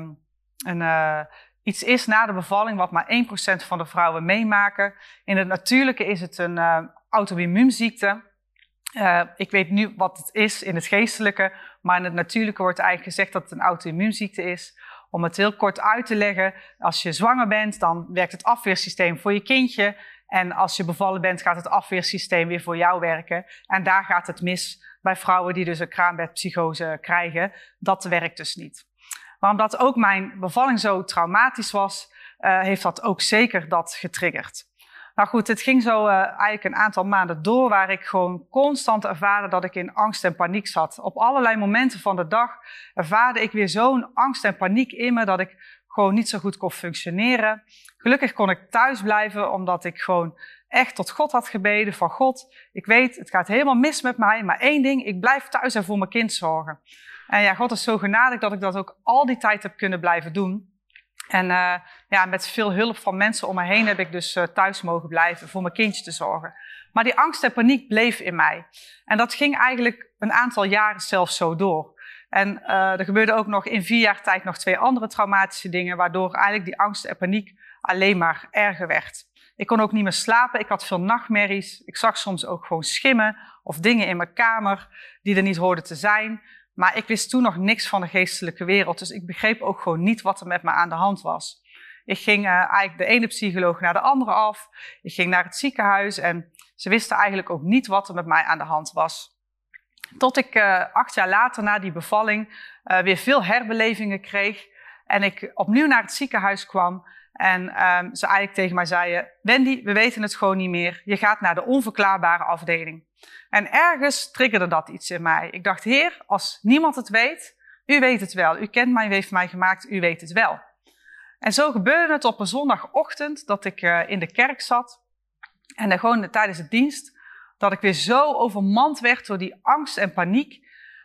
iets is na de bevalling wat maar 1% van de vrouwen meemaken. In het natuurlijke is het een auto-immuunziekte. Ik weet nu wat het is in het geestelijke. Maar in het natuurlijke wordt eigenlijk gezegd dat het een auto-immuunziekte is. Om het heel kort uit te leggen. Als je zwanger bent, dan werkt het afweersysteem voor je kindje. En als je bevallen bent, gaat het afweersysteem weer voor jou werken. En daar gaat het mis bij vrouwen die dus een kraambedpsychose krijgen. Dat werkt dus niet. Maar omdat ook mijn bevalling zo traumatisch was, heeft dat ook zeker dat getriggerd. Nou goed, het ging zo eigenlijk een aantal maanden door waar ik gewoon constant ervaarde dat ik in angst en paniek zat. Op allerlei momenten van de dag ervaarde ik weer zo'n angst en paniek in me dat ik gewoon niet zo goed kon functioneren. Gelukkig kon ik thuis blijven omdat ik gewoon echt tot God had gebeden van God. Ik weet, het gaat helemaal mis met mij, maar één ding, ik blijf thuis en voor mijn kind zorgen. En ja, God is zo genadig dat ik dat ook al die tijd heb kunnen blijven doen. En met veel hulp van mensen om me heen heb ik dus thuis mogen blijven voor mijn kindje te zorgen. Maar die angst en paniek bleef in mij. En dat ging eigenlijk een aantal jaren zelfs zo door. En er gebeurde ook nog in 4 jaar tijd nog 2 andere traumatische dingen, waardoor eigenlijk die angst en paniek alleen maar erger werd. Ik kon ook niet meer slapen, ik had veel nachtmerries. Ik zag soms ook gewoon schimmen of dingen in mijn kamer die er niet hoorden te zijn. Maar ik wist toen nog niks van de geestelijke wereld, dus ik begreep ook gewoon niet wat er met me aan de hand was. Ik ging eigenlijk de ene psycholoog naar de andere af. Ik ging naar het ziekenhuis en ze wisten eigenlijk ook niet wat er met mij aan de hand was. Tot ik 8 jaar later na die bevalling weer veel herbelevingen kreeg. En ik opnieuw naar het ziekenhuis kwam. En ze eigenlijk tegen mij zeiden, Wendy, we weten het gewoon niet meer. Je gaat naar de onverklaarbare afdeling. En ergens triggerde dat iets in mij. Ik dacht, Heer, als niemand het weet, u weet het wel. U kent mij, u heeft mij gemaakt, u weet het wel. En zo gebeurde het op een zondagochtend dat ik in de kerk zat. En gewoon tijdens de dienst, dat ik weer zo overmand werd door die angst en paniek.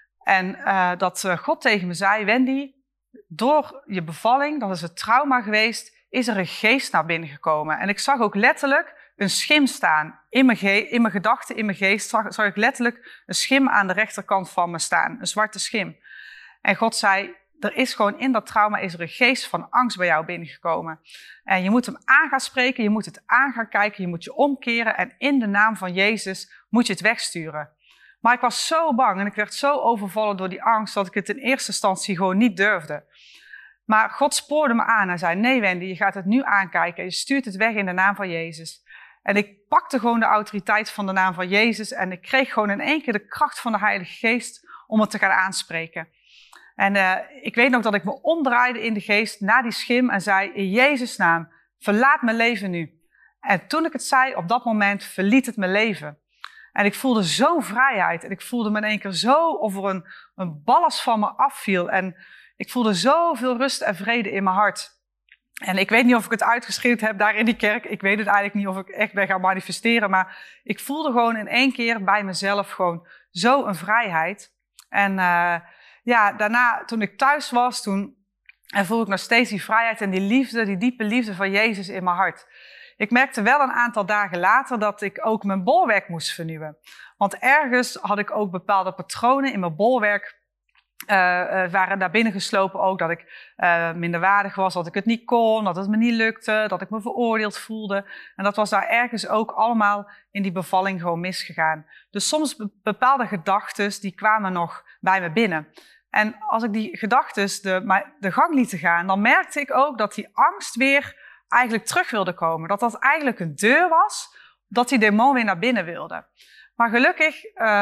En dat God tegen me zei, Wendy, door je bevalling, dat is het trauma geweest, is er een geest naar binnen gekomen. En ik zag ook letterlijk een schim staan. In mijn gedachten, in mijn geest, zag ik letterlijk een schim aan de rechterkant van me staan. Een zwarte schim. En God zei, er is gewoon in dat trauma is er een geest van angst bij jou binnengekomen. En je moet hem aan gaan spreken, je moet het aan gaan kijken, je moet je omkeren. En in de naam van Jezus moet je het wegsturen. Maar ik was zo bang en ik werd zo overvallen door die angst dat ik het in eerste instantie gewoon niet durfde. Maar God spoorde me aan en zei, nee Wendy, je gaat het nu aankijken en je stuurt het weg in de naam van Jezus. En ik pakte gewoon de autoriteit van de naam van Jezus en ik kreeg gewoon in één keer de kracht van de Heilige Geest om het te gaan aanspreken. En ik weet nog dat ik me omdraaide in de geest naar die schim en zei, in Jezus' naam, verlaat mijn leven nu. En toen ik het zei, op dat moment verliet het mijn leven. En ik voelde zo'n vrijheid en ik voelde me in één keer zo of er een ballast van me afviel. En ik voelde zoveel rust en vrede in mijn hart. En ik weet niet of ik het uitgeschreeuwd heb daar in die kerk. Ik weet het eigenlijk niet of ik echt ben gaan manifesteren. Maar ik voelde gewoon in één keer bij mezelf gewoon zo een vrijheid. En daarna, toen ik thuis was, toen voelde ik nog steeds die vrijheid en die liefde, die diepe liefde van Jezus in mijn hart. Ik merkte wel een aantal dagen later dat ik ook mijn bolwerk moest vernieuwen. Want ergens had ik ook bepaalde patronen in mijn bolwerk. Waren daar binnen geslopen ook dat ik minderwaardig was, dat ik het niet kon, dat het me niet lukte, dat ik me veroordeeld voelde. En dat was daar ergens ook allemaal in die bevalling gewoon misgegaan. Dus soms bepaalde gedachtes die kwamen nog bij me binnen. En als ik die gedachtes de gang liet gaan, dan merkte ik ook dat die angst weer eigenlijk terug wilde komen. Dat dat eigenlijk een deur was, dat die demon weer naar binnen wilde. Maar gelukkig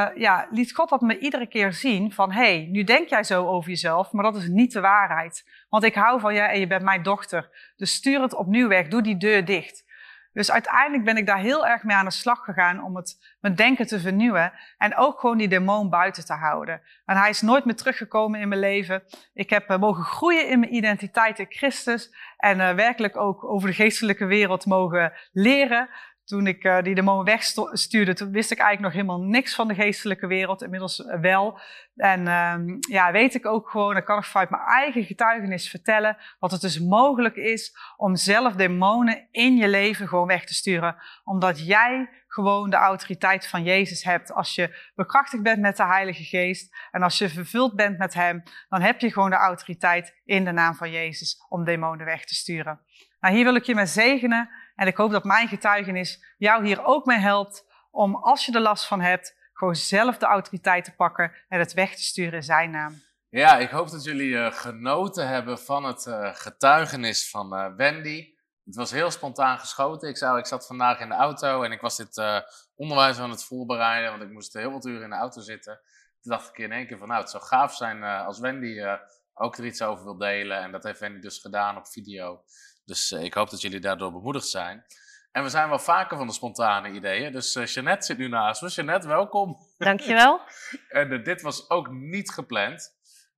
liet God dat me iedere keer zien van, hey, nu denk jij zo over jezelf, maar dat is niet de waarheid. Want ik hou van je en je bent mijn dochter. Dus stuur het opnieuw weg, doe die deur dicht. Dus uiteindelijk ben ik daar heel erg mee aan de slag gegaan om mijn denken te vernieuwen en ook gewoon die demon buiten te houden. En hij is nooit meer teruggekomen in mijn leven. Ik heb mogen groeien in mijn identiteit in Christus en werkelijk ook over de geestelijke wereld mogen leren. Toen ik die demon wegstuurde, toen wist ik eigenlijk nog helemaal niks van de geestelijke wereld. Inmiddels wel. En weet ik ook gewoon, dan kan ik vanuit mijn eigen getuigenis vertellen, dat het dus mogelijk is om zelf demonen in je leven gewoon weg te sturen. Omdat jij gewoon de autoriteit van Jezus hebt. Als je bekrachtigd bent met de Heilige Geest en als je vervuld bent met Hem, dan heb je gewoon de autoriteit in de naam van Jezus om demonen weg te sturen. Nou, hier wil ik je mee zegenen. En ik hoop dat mijn getuigenis jou hier ook mee helpt om, als je er last van hebt, gewoon zelf de autoriteit te pakken en het weg te sturen in zijn naam. Ja, ik hoop dat jullie genoten hebben van het getuigenis van Wendy. Het was heel spontaan geschoten. Ik zat vandaag in de auto en ik was dit onderwijs aan het voorbereiden, want ik moest heel wat uren in de auto zitten. Toen dacht ik in één keer van, nou, het zou gaaf zijn als Wendy ook er iets over wil delen. En dat heeft Wendy dus gedaan op video. Dus ik hoop dat jullie daardoor bemoedigd zijn. En we zijn wel vaker van de spontane ideeën. Dus Jeanette zit nu naast me. Jeanette, welkom. Dankjewel. En dit was ook niet gepland.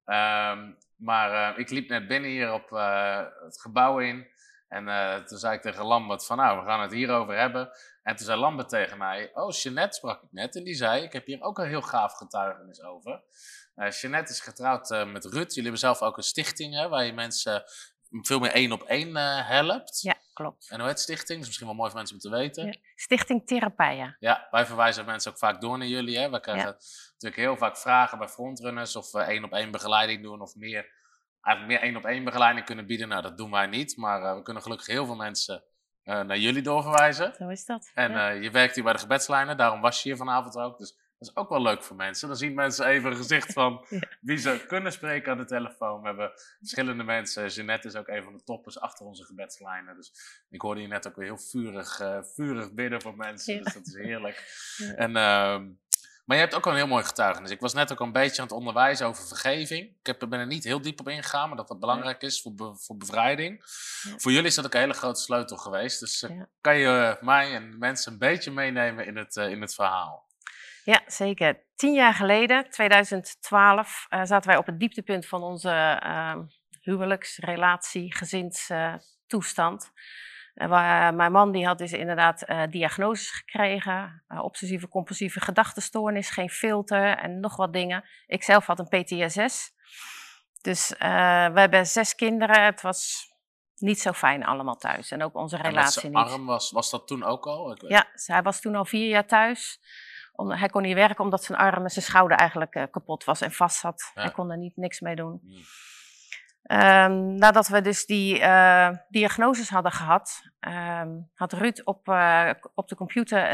Maar ik liep net binnen hier op het gebouw in. En toen zei ik tegen Lambert van, nou, we gaan het hierover hebben. En toen zei Lambert tegen mij, oh, Jeanette sprak ik net. En die zei, ik heb hier ook een heel gaaf getuigenis over. Jeanette is getrouwd met Ruud. Jullie hebben zelf ook een stichting, hè, waar je mensen veel meer 1-op-1 helpt. Ja, klopt. En hoe heet stichting? Dat is misschien wel mooi voor mensen om te weten. Ja. Stichting Therapeia. Ja, wij verwijzen mensen ook vaak door naar jullie. Hè? Wij krijgen natuurlijk heel vaak vragen bij frontrunners of we 1-op-1 begeleiding doen of eigenlijk meer 1-op-1 begeleiding kunnen bieden. Nou, dat doen wij niet, maar we kunnen gelukkig heel veel mensen naar jullie doorverwijzen. Zo is dat. En je werkt hier bij de gebedslijnen, daarom was je hier vanavond ook. Dus dat is ook wel leuk voor mensen. Dan zien mensen even een gezicht van wie ze kunnen spreken aan de telefoon. We hebben verschillende mensen. Jeanette is ook een van de toppers achter onze gebedslijnen. Dus ik hoorde je net ook weer heel vurig bidden voor mensen. Ja. Dus dat is heerlijk. Ja. Maar je hebt ook wel een heel mooi getuigenis. Ik was net ook een beetje aan het onderwijzen over vergeving. Ik ben er niet heel diep op ingegaan, maar dat belangrijk is voor bevrijding. Ja. Voor jullie is dat ook een hele grote sleutel geweest. Dus kan je mij en mensen een beetje meenemen in het verhaal? Ja, zeker. 10 jaar geleden, 2012, zaten wij op het dieptepunt van onze huwelijksrelatie, gezinstoestand. Mijn man die had dus inderdaad diagnoses gekregen, obsessieve-compulsieve gedachtenstoornis, geen filter en nog wat dingen. Ik zelf had een PTSS. Dus we hebben 6 kinderen. Het was niet zo fijn allemaal thuis en ook onze relatie niet. En met zijn arm was dat toen ook al? Ja, hij was toen al 4 jaar thuis. Hij kon niet werken omdat zijn arm en zijn schouder eigenlijk kapot was en vast zat. Ja. Hij kon er niks mee doen. Nadat we dus die diagnoses hadden gehad, had Ruud op de computer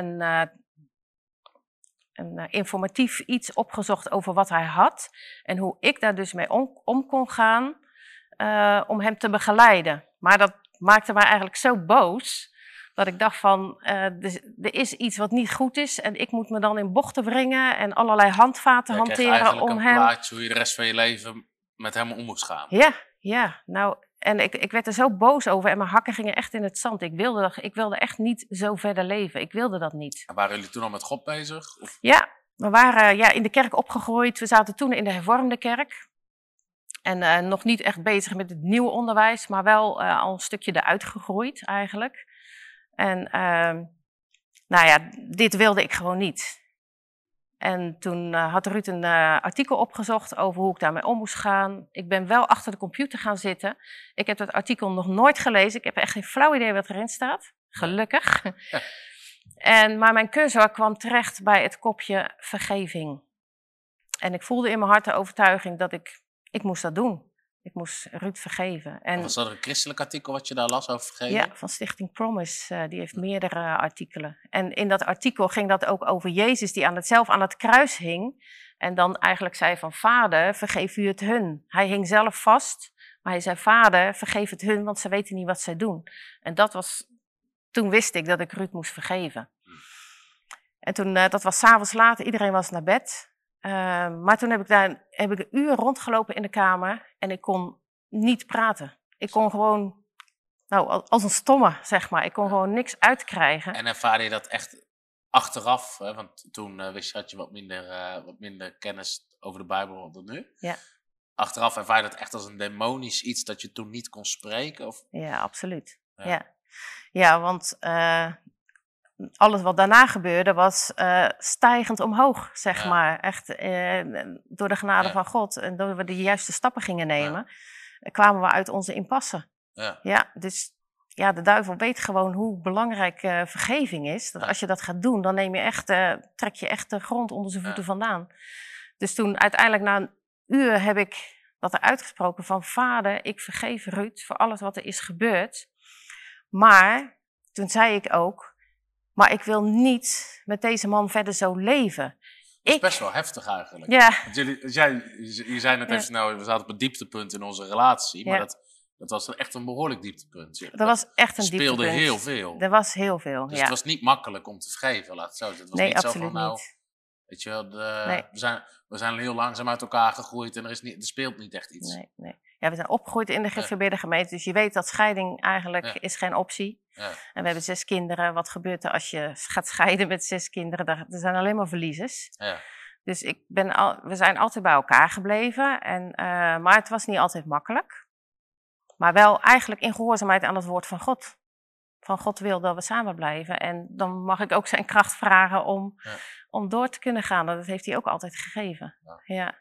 een informatief iets opgezocht over wat hij had. En hoe ik daar dus mee om kon gaan om hem te begeleiden. Maar dat maakte mij eigenlijk zo boos. Dat ik dacht van, er is iets wat niet goed is en ik moet me dan in bochten wringen en allerlei handvaten hanteren om hem... een plaatje hoe je de rest van je leven met hem om moest gaan. Ja. Nou, en ik werd er zo boos over en mijn hakken gingen echt in het zand. Ik wilde echt niet zo verder leven. Ik wilde dat niet. En waren jullie toen al met God bezig? Of? Ja, we waren in de kerk opgegroeid. We zaten toen in de hervormde kerk. En nog niet echt bezig met het nieuwe onderwijs, maar wel al een stukje eruit gegroeid eigenlijk. En dit wilde ik gewoon niet. En toen had Ruud een artikel opgezocht over hoe ik daarmee om moest gaan. Ik ben wel achter de computer gaan zitten. Ik heb dat artikel nog nooit gelezen. Ik heb echt geen flauw idee wat erin staat. Gelukkig. Maar mijn cursor kwam terecht bij het kopje vergeving. En ik voelde in mijn hart de overtuiging dat ik moest dat doen. Ik moest Ruud vergeven. En Was dat een christelijk artikel wat je daar las over vergeving? ja, van Stichting Promise. Die heeft meerdere artikelen. En in dat artikel ging dat ook over Jezus die zelf aan het kruis hing. En dan eigenlijk zei van Vader, vergeef u het hun. Hij hing zelf vast, maar hij zei Vader, vergeef het hun, want ze weten niet wat zij doen. En toen wist ik dat ik Ruud moest vergeven. En toen, dat was 's avonds laat, iedereen was naar bed. Maar toen heb ik een uur rondgelopen in de kamer en ik kon niet praten. Ik kon gewoon, als een stomme, zeg maar. Ik kon gewoon niks uitkrijgen. En ervaarde je dat echt achteraf? Hè? Want toen had je wat minder kennis over de Bijbel dan nu. Ja. Achteraf ervaar je dat echt als een demonisch iets dat je toen niet kon spreken? Of? Ja, absoluut. Ja, want alles wat daarna gebeurde was stijgend omhoog, zeg maar. Echt door de genade van God. En doordat we de juiste stappen gingen nemen, kwamen we uit onze impasse. Ja, dus ja, de duivel weet gewoon hoe belangrijk vergeving is. Dat als je dat gaat doen, dan trek je echt de grond onder zijn voeten vandaan. Dus toen uiteindelijk na een uur heb ik dat er uitgesproken van Vader, ik vergeef Ruud voor alles wat er is gebeurd. Maar toen zei ik ook, maar ik wil niet met deze man verder zo leven. Dat is best wel heftig eigenlijk. Ja. Want je zei net even snel, we zaten op een dieptepunt in onze relatie, maar dat was echt een behoorlijk dieptepunt. Dat was echt een dieptepunt. Speelde heel veel. Er was heel veel, Dus het was niet makkelijk om te vergeven, laat het zo zeggen. Het was nee, niet absoluut zo van, niet. Weet je wel, we zijn heel langzaam uit elkaar gegroeid en er speelt niet echt iets. Nee. Ja, we zijn opgegroeid in de gereformeerde gemeente, dus je weet dat scheiding eigenlijk is geen optie. Ja. En we hebben 6 kinderen. Wat gebeurt er als je gaat scheiden met 6 kinderen? Er zijn alleen maar verliezers. Ja. Dus we zijn altijd bij elkaar gebleven, maar het was niet altijd makkelijk. Maar wel eigenlijk in gehoorzaamheid aan het woord van God. Van God wil dat we samen blijven. En dan mag ik ook zijn kracht vragen om door te kunnen gaan. Dat heeft hij ook altijd gegeven. Ja.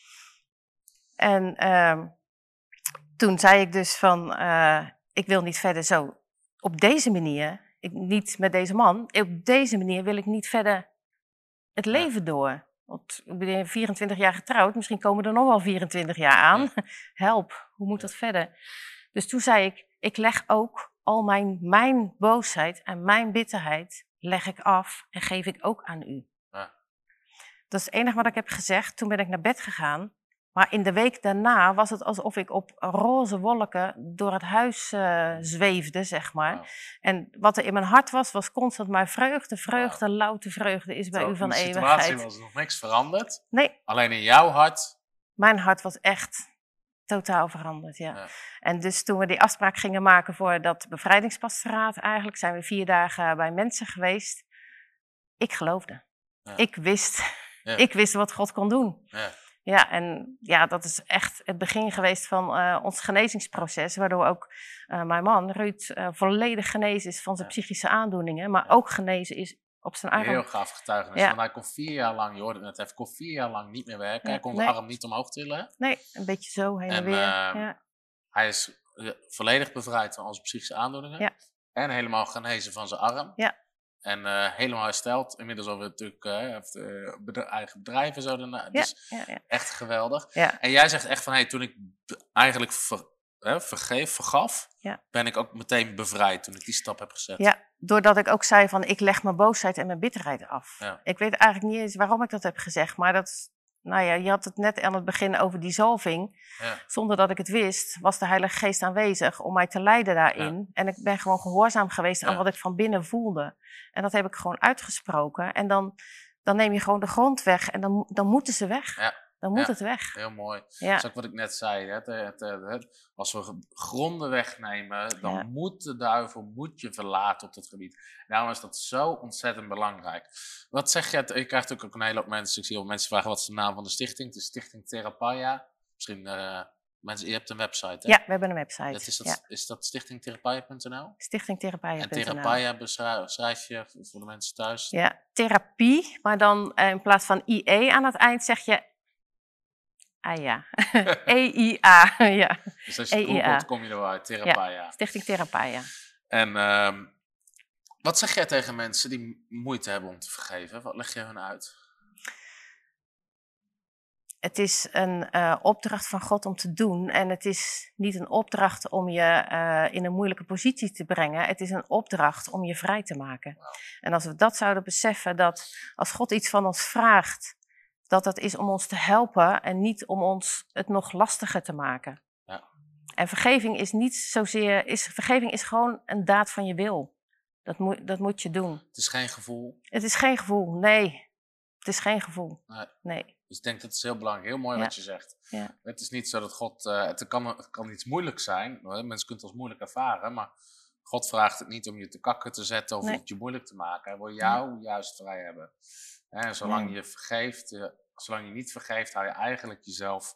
En toen zei ik dus van, ik wil niet verder zo op deze manier, niet met deze man, op deze manier wil ik niet verder het leven door. Want ik ben 24 jaar getrouwd, misschien komen er nog wel 24 jaar aan. Help, hoe moet dat verder? Dus toen zei ik leg ook al mijn boosheid en mijn bitterheid leg ik af en geef ik ook aan u. Ja. Dat is het enige wat ik heb gezegd. Toen ben ik naar bed gegaan. Maar in de week daarna was het alsof ik op roze wolken door het huis zweefde, zeg maar. Wow. En wat er in mijn hart was constant maar vreugde, louter vreugde is bij u van eeuwigheid. In de situatie was nog niks veranderd? Nee. Alleen in jouw hart? Mijn hart was echt totaal veranderd, ja. En dus toen we die afspraak gingen maken voor dat bevrijdingspastoraat eigenlijk, zijn we 4 dagen bij mensen geweest. Ik geloofde. Ja. Ik wist wat God kon doen. Ja. Ja, en ja, dat is echt het begin geweest van ons genezingsproces, waardoor ook mijn man, Ruud, volledig genezen is van zijn psychische aandoeningen, maar ook genezen is op zijn arm. Heel gaaf getuigenis, want hij kon 4 jaar lang, je hoorde het net even, 4 jaar lang niet meer werken. Hij kon de arm niet omhoog tillen. Nee, een beetje zo, heen en weer. Hij is volledig bevrijd van onze psychische aandoeningen en helemaal genezen van zijn arm. Ja. En helemaal hersteld. Inmiddels alweer natuurlijk eigen bedrijf en zo. Dus echt geweldig. Ja. En jij zegt echt van, toen ik eigenlijk vergaf, ben ik ook meteen bevrijd toen ik die stap heb gezet. Ja, doordat ik ook zei van, ik leg mijn boosheid en mijn bitterheid af. Ja. Ik weet eigenlijk niet eens waarom ik dat heb gezegd, maar je had het net aan het begin over die zalving. Ja. Zonder dat ik het wist, was de Heilige Geest aanwezig om mij te leiden daarin. Ja. En ik ben gewoon gehoorzaam geweest aan wat ik van binnen voelde. En dat heb ik gewoon uitgesproken. En dan neem je gewoon de grond weg en dan moeten ze weg. Ja. Dan moet het weg. Heel mooi. Ja. Dat is ook wat ik net zei. Als we gronden wegnemen, dan moet de duivel je verlaten op dat gebied. Daarom is dat zo ontzettend belangrijk. Wat zeg je? Je krijgt ook een hele hoop mensen. Ik zie al mensen vragen wat is de naam van de stichting. Het is Stichting Therapeia. Misschien Mensen, je hebt een website, hè? Ja, we hebben een website. Dat Ja. is dat stichtingtherapeia.nl? Stichtingtherapie.nl. En therapia beschrijf je voor de mensen thuis? Ja, therapie, maar dan in plaats van IE aan het eind zeg je ja. EIA. Ja. Dus als je EIA. googelt, kom je er wel uit. Therapia. Ja, Stichting Therapia. En wat zeg jij tegen mensen die moeite hebben om te vergeven? Wat leg je hun uit? Het is een opdracht van God om te doen. En het is niet een opdracht om je in een moeilijke positie te brengen. Het is een opdracht om je vrij te maken. Wow. En als we dat zouden beseffen, dat als God iets van ons vraagt, dat het is om ons te helpen en niet om ons het nog lastiger te maken. Ja. En vergeving is niet zozeer, vergeving is gewoon een daad van je wil. Dat moet je doen. Het is geen gevoel. Het is geen gevoel, nee. Het is geen gevoel, nee. Dus ik denk dat het heel belangrijk, heel mooi wat je zegt. Ja. Het is niet zo dat God, het kan iets moeilijk zijn. Mensen kunnen het als moeilijk ervaren, maar God vraagt het niet om je te kakken te zetten of het je moeilijk te maken. Hij wil jou juist vrij hebben. En zolang je vergeeft, zolang je niet vergeeft, hou je eigenlijk jezelf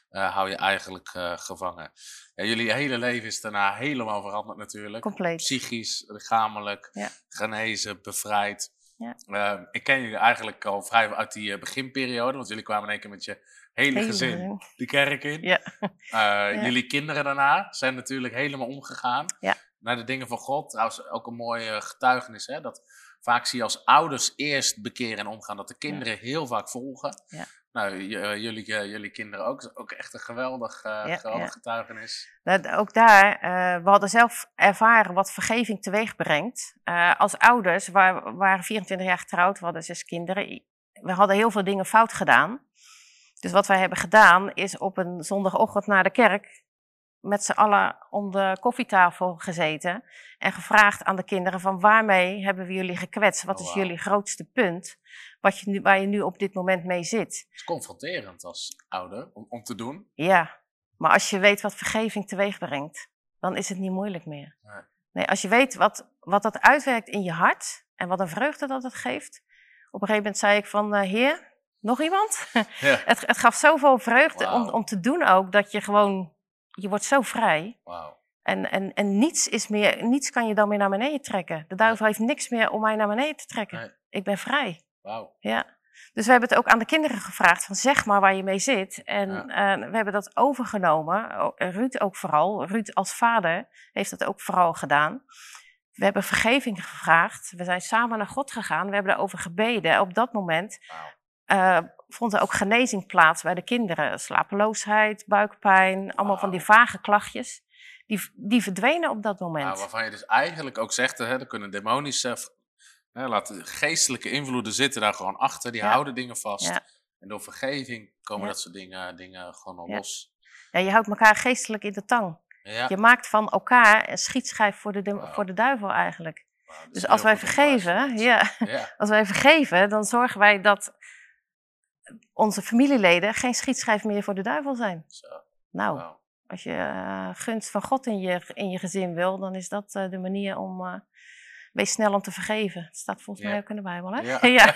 gevangen. Ja, jullie hele leven is daarna helemaal veranderd natuurlijk. Compleet. Psychisch, lichamelijk, genezen, bevrijd. Ja. Ik ken jullie eigenlijk al vrij uit die beginperiode, want jullie kwamen in één keer met je hele gezin de kerk in. Ja. Jullie kinderen daarna zijn natuurlijk helemaal omgegaan naar de dingen van God. Trouwens ook een mooie getuigenis, hè? Dat vaak zie je als ouders eerst bekeren en omgaan, dat de kinderen heel vaak volgen. Ja. Nou, jullie kinderen ook echt een geweldig getuigenis. Ook daar, we hadden zelf ervaren wat vergeving teweeg brengt. Als ouders, we waren 24 jaar getrouwd, we hadden 6 kinderen. We hadden heel veel dingen fout gedaan. Dus wat wij hebben gedaan, is op een zondagochtend naar de kerk met z'n allen om de koffietafel gezeten en gevraagd aan de kinderen van waarmee hebben we jullie gekwetst? Wat is jullie grootste punt waar je nu op dit moment mee zit? Het is confronterend als ouder om te doen. Ja, maar als je weet wat vergeving teweeg brengt, dan is het niet moeilijk meer. Nee, als je weet wat dat uitwerkt in je hart en wat een vreugde dat het geeft. Op een gegeven moment zei ik van, Heer, nog iemand? Ja. Het gaf zoveel vreugde om te doen ook, dat je gewoon, je wordt zo vrij. Wow. En niets kan je dan meer naar beneden trekken. De duivel heeft niks meer om mij naar beneden te trekken. Nee. Ik ben vrij. Wauw. Ja. Dus we hebben het ook aan de kinderen gevraagd van zeg maar waar je mee zit. En we hebben dat overgenomen. Ruud ook vooral. Ruud als vader heeft dat ook vooral gedaan. We hebben vergeving gevraagd. We zijn samen naar God gegaan. We hebben daarover gebeden. Op dat moment vond er ook genezing plaats bij de kinderen. Slapeloosheid, buikpijn, allemaal van die vage klachtjes. Die verdwenen op dat moment. Waarvan je dus eigenlijk ook zegt, hè, er kunnen demonische, laten geestelijke invloeden zitten daar gewoon achter. Die houden dingen vast. Ja. En door vergeving komen dat soort dingen gewoon al los. Ja, je houdt elkaar geestelijk in de tang. Ja. Je maakt van elkaar een schietschijf voor de duivel eigenlijk. Dus als wij vergeven, dan zorgen wij dat onze familieleden geen schietschijf meer voor de duivel zijn. Zo. Nou, als je gunst van God in je gezin wil, dan is dat de manier om... wees snel om te vergeven. Het staat volgens mij ook in de Bijbel, hè?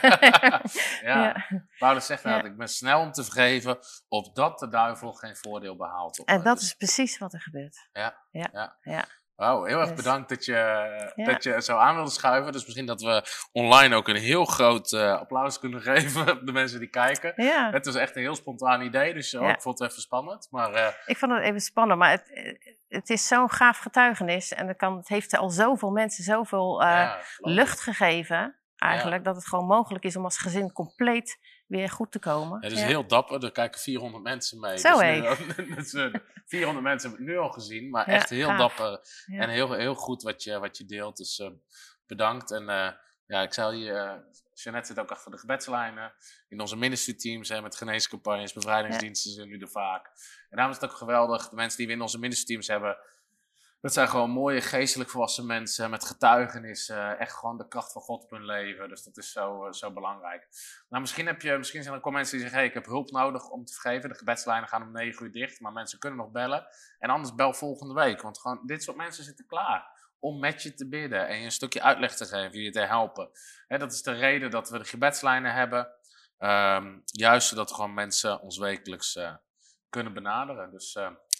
Ja. Paulus zegt nou, ik ben snel om te vergeven, opdat de duivel geen voordeel behaalt. En dat is precies wat er gebeurt. Ja. Wauw, heel erg bedankt dat je zo aan wilde schuiven. Dus misschien dat we online ook een heel groot applaus kunnen geven op de mensen die kijken. Ja. Het was echt een heel spontaan idee, dus ik vond het even spannend. Maar, ik vond het even spannend, maar het is zo'n gaaf getuigenis. En het heeft al zoveel mensen zoveel lucht gegeven, eigenlijk, dat het gewoon mogelijk is om als gezin compleet weer goed te komen. Het is heel dapper, er kijken 400 mensen mee. Zo dus 400 mensen hebben het nu al gezien, maar echt heel gaaf. Dapper en heel goed wat je deelt. Dus bedankt. En ik zou je, Jeanette zit ook achter de gebedslijnen. In onze ministry teams met geneescampagnes, bevrijdingsdiensten zijn jullie er vaak. En daarom is het ook geweldig, de mensen die we in onze ministry teams hebben, dat zijn gewoon mooie geestelijk volwassen mensen met getuigenis. Echt gewoon de kracht van God op hun leven. Dus dat is zo belangrijk. Nou, misschien zijn er ook mensen die zeggen, hey, ik heb hulp nodig om te vergeven. De gebedslijnen gaan om 9 uur dicht, maar mensen kunnen nog bellen. En anders bel volgende week. Want gewoon dit soort mensen zitten klaar om met je te bidden. En je een stukje uitleg te geven, je te helpen. Dat is de reden dat we de gebedslijnen hebben. Juist zodat gewoon mensen ons wekelijks kunnen benaderen. Dus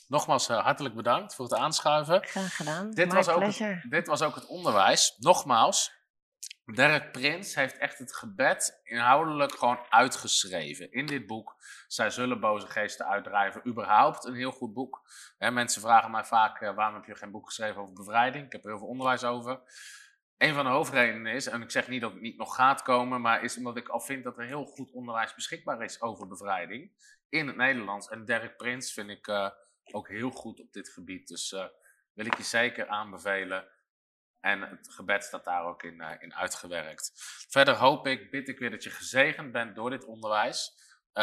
Nogmaals, hartelijk bedankt voor het aanschuiven. Graag gedaan. Dit was ook het onderwijs. Nogmaals, Derek Prins heeft echt het gebed inhoudelijk gewoon uitgeschreven in dit boek. Zij zullen boze geesten uitdrijven. Überhaupt een heel goed boek. Mensen vragen mij vaak, waarom heb je geen boek geschreven over bevrijding? Ik heb er heel veel onderwijs over. Een van de hoofdredenen is, en ik zeg niet dat het niet nog gaat komen, maar is omdat ik al vind dat er heel goed onderwijs beschikbaar is over bevrijding in het Nederlands. En Derek Prins vind ik ook heel goed op dit gebied. Dus wil ik je zeker aanbevelen. En het gebed staat daar ook in uitgewerkt. Verder bid ik weer dat je gezegend bent door dit onderwijs.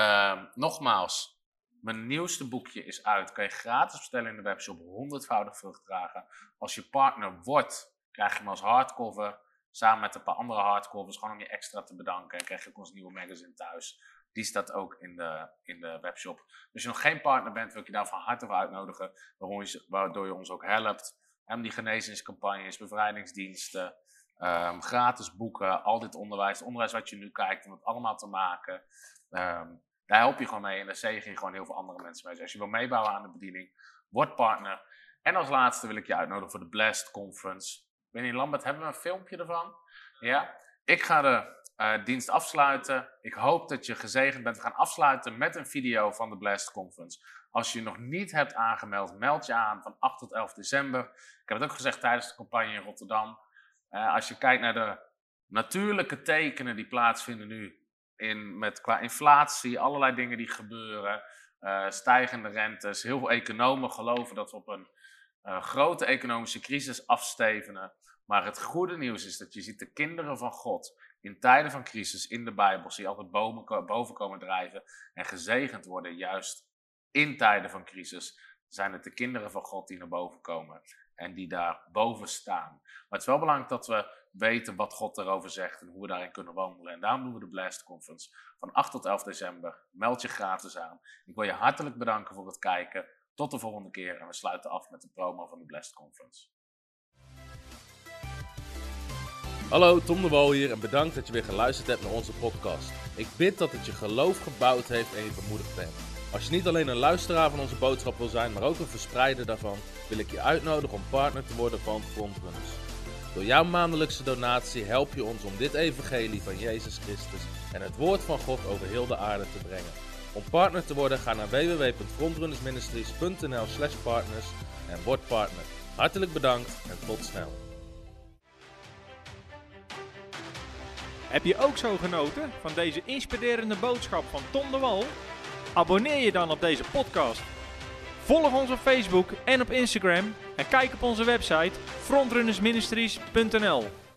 Nogmaals, mijn nieuwste boekje is uit. Kan je gratis bestellen in de webshop, 100voudig vrucht dragen. Als je partner wordt, krijg je hem als hardcover. Samen met een paar andere hardcovers, gewoon om je extra te bedanken. En krijg je ook ons nieuwe magazine thuis. Die staat ook in de webshop. Dus als je nog geen partner bent, wil ik je daar van harte voor uitnodigen. Waardoor je ons ook helpt. En die genezingscampagnes, bevrijdingsdiensten, gratis boeken, al dit onderwijs. Het onderwijs wat je nu kijkt, om het allemaal te maken. Daar help je gewoon mee en daar zegen je gewoon heel veel andere mensen mee. Dus als je wil meebouwen aan de bediening, word partner. En als laatste wil ik je uitnodigen voor de Blessed Conference. Ik weet niet, Lambert, hebben we een filmpje ervan? Ja? Ik ga de dienst afsluiten. Ik hoop dat je gezegend bent. We gaan afsluiten met een video van de Blessed Conference. Als je je nog niet hebt aangemeld, meld je aan van 8 tot 11 december. Ik heb het ook gezegd tijdens de campagne in Rotterdam. Als je kijkt naar de natuurlijke tekenen die plaatsvinden nu, qua inflatie, allerlei dingen die gebeuren, stijgende rentes. Heel veel economen geloven dat we op een grote economische crisis afstevenen. Maar het goede nieuws is dat je ziet de kinderen van God in tijden van crisis in de Bijbel, zie je altijd boven komen drijven en gezegend worden. Juist in tijden van crisis zijn het de kinderen van God die naar boven komen en die daar boven staan. Maar het is wel belangrijk dat we weten wat God erover zegt en hoe we daarin kunnen wandelen. En daarom doen we de Blessed Conference van 8 tot 11 december. Meld je gratis aan. Ik wil je hartelijk bedanken voor het kijken. Tot de volgende keer en we sluiten af met de promo van de Blessed Conference. Hallo, Tom de Wol hier en bedankt dat je weer geluisterd hebt naar onze podcast. Ik bid dat het je geloof gebouwd heeft en je bemoedigd bent. Als je niet alleen een luisteraar van onze boodschap wil zijn, maar ook een verspreider daarvan, wil ik je uitnodigen om partner te worden van Frontrunners. Door jouw maandelijkse donatie help je ons om dit evangelie van Jezus Christus en het woord van God over heel de aarde te brengen. Om partner te worden, ga naar www.frontrunnersministries.nl/partners en word partner. Hartelijk bedankt en tot snel. Heb je ook zo genoten van deze inspirerende boodschap van Tom de Wal? Abonneer je dan op deze podcast. Volg ons op Facebook en op Instagram en kijk op onze website frontrunnersministries.nl.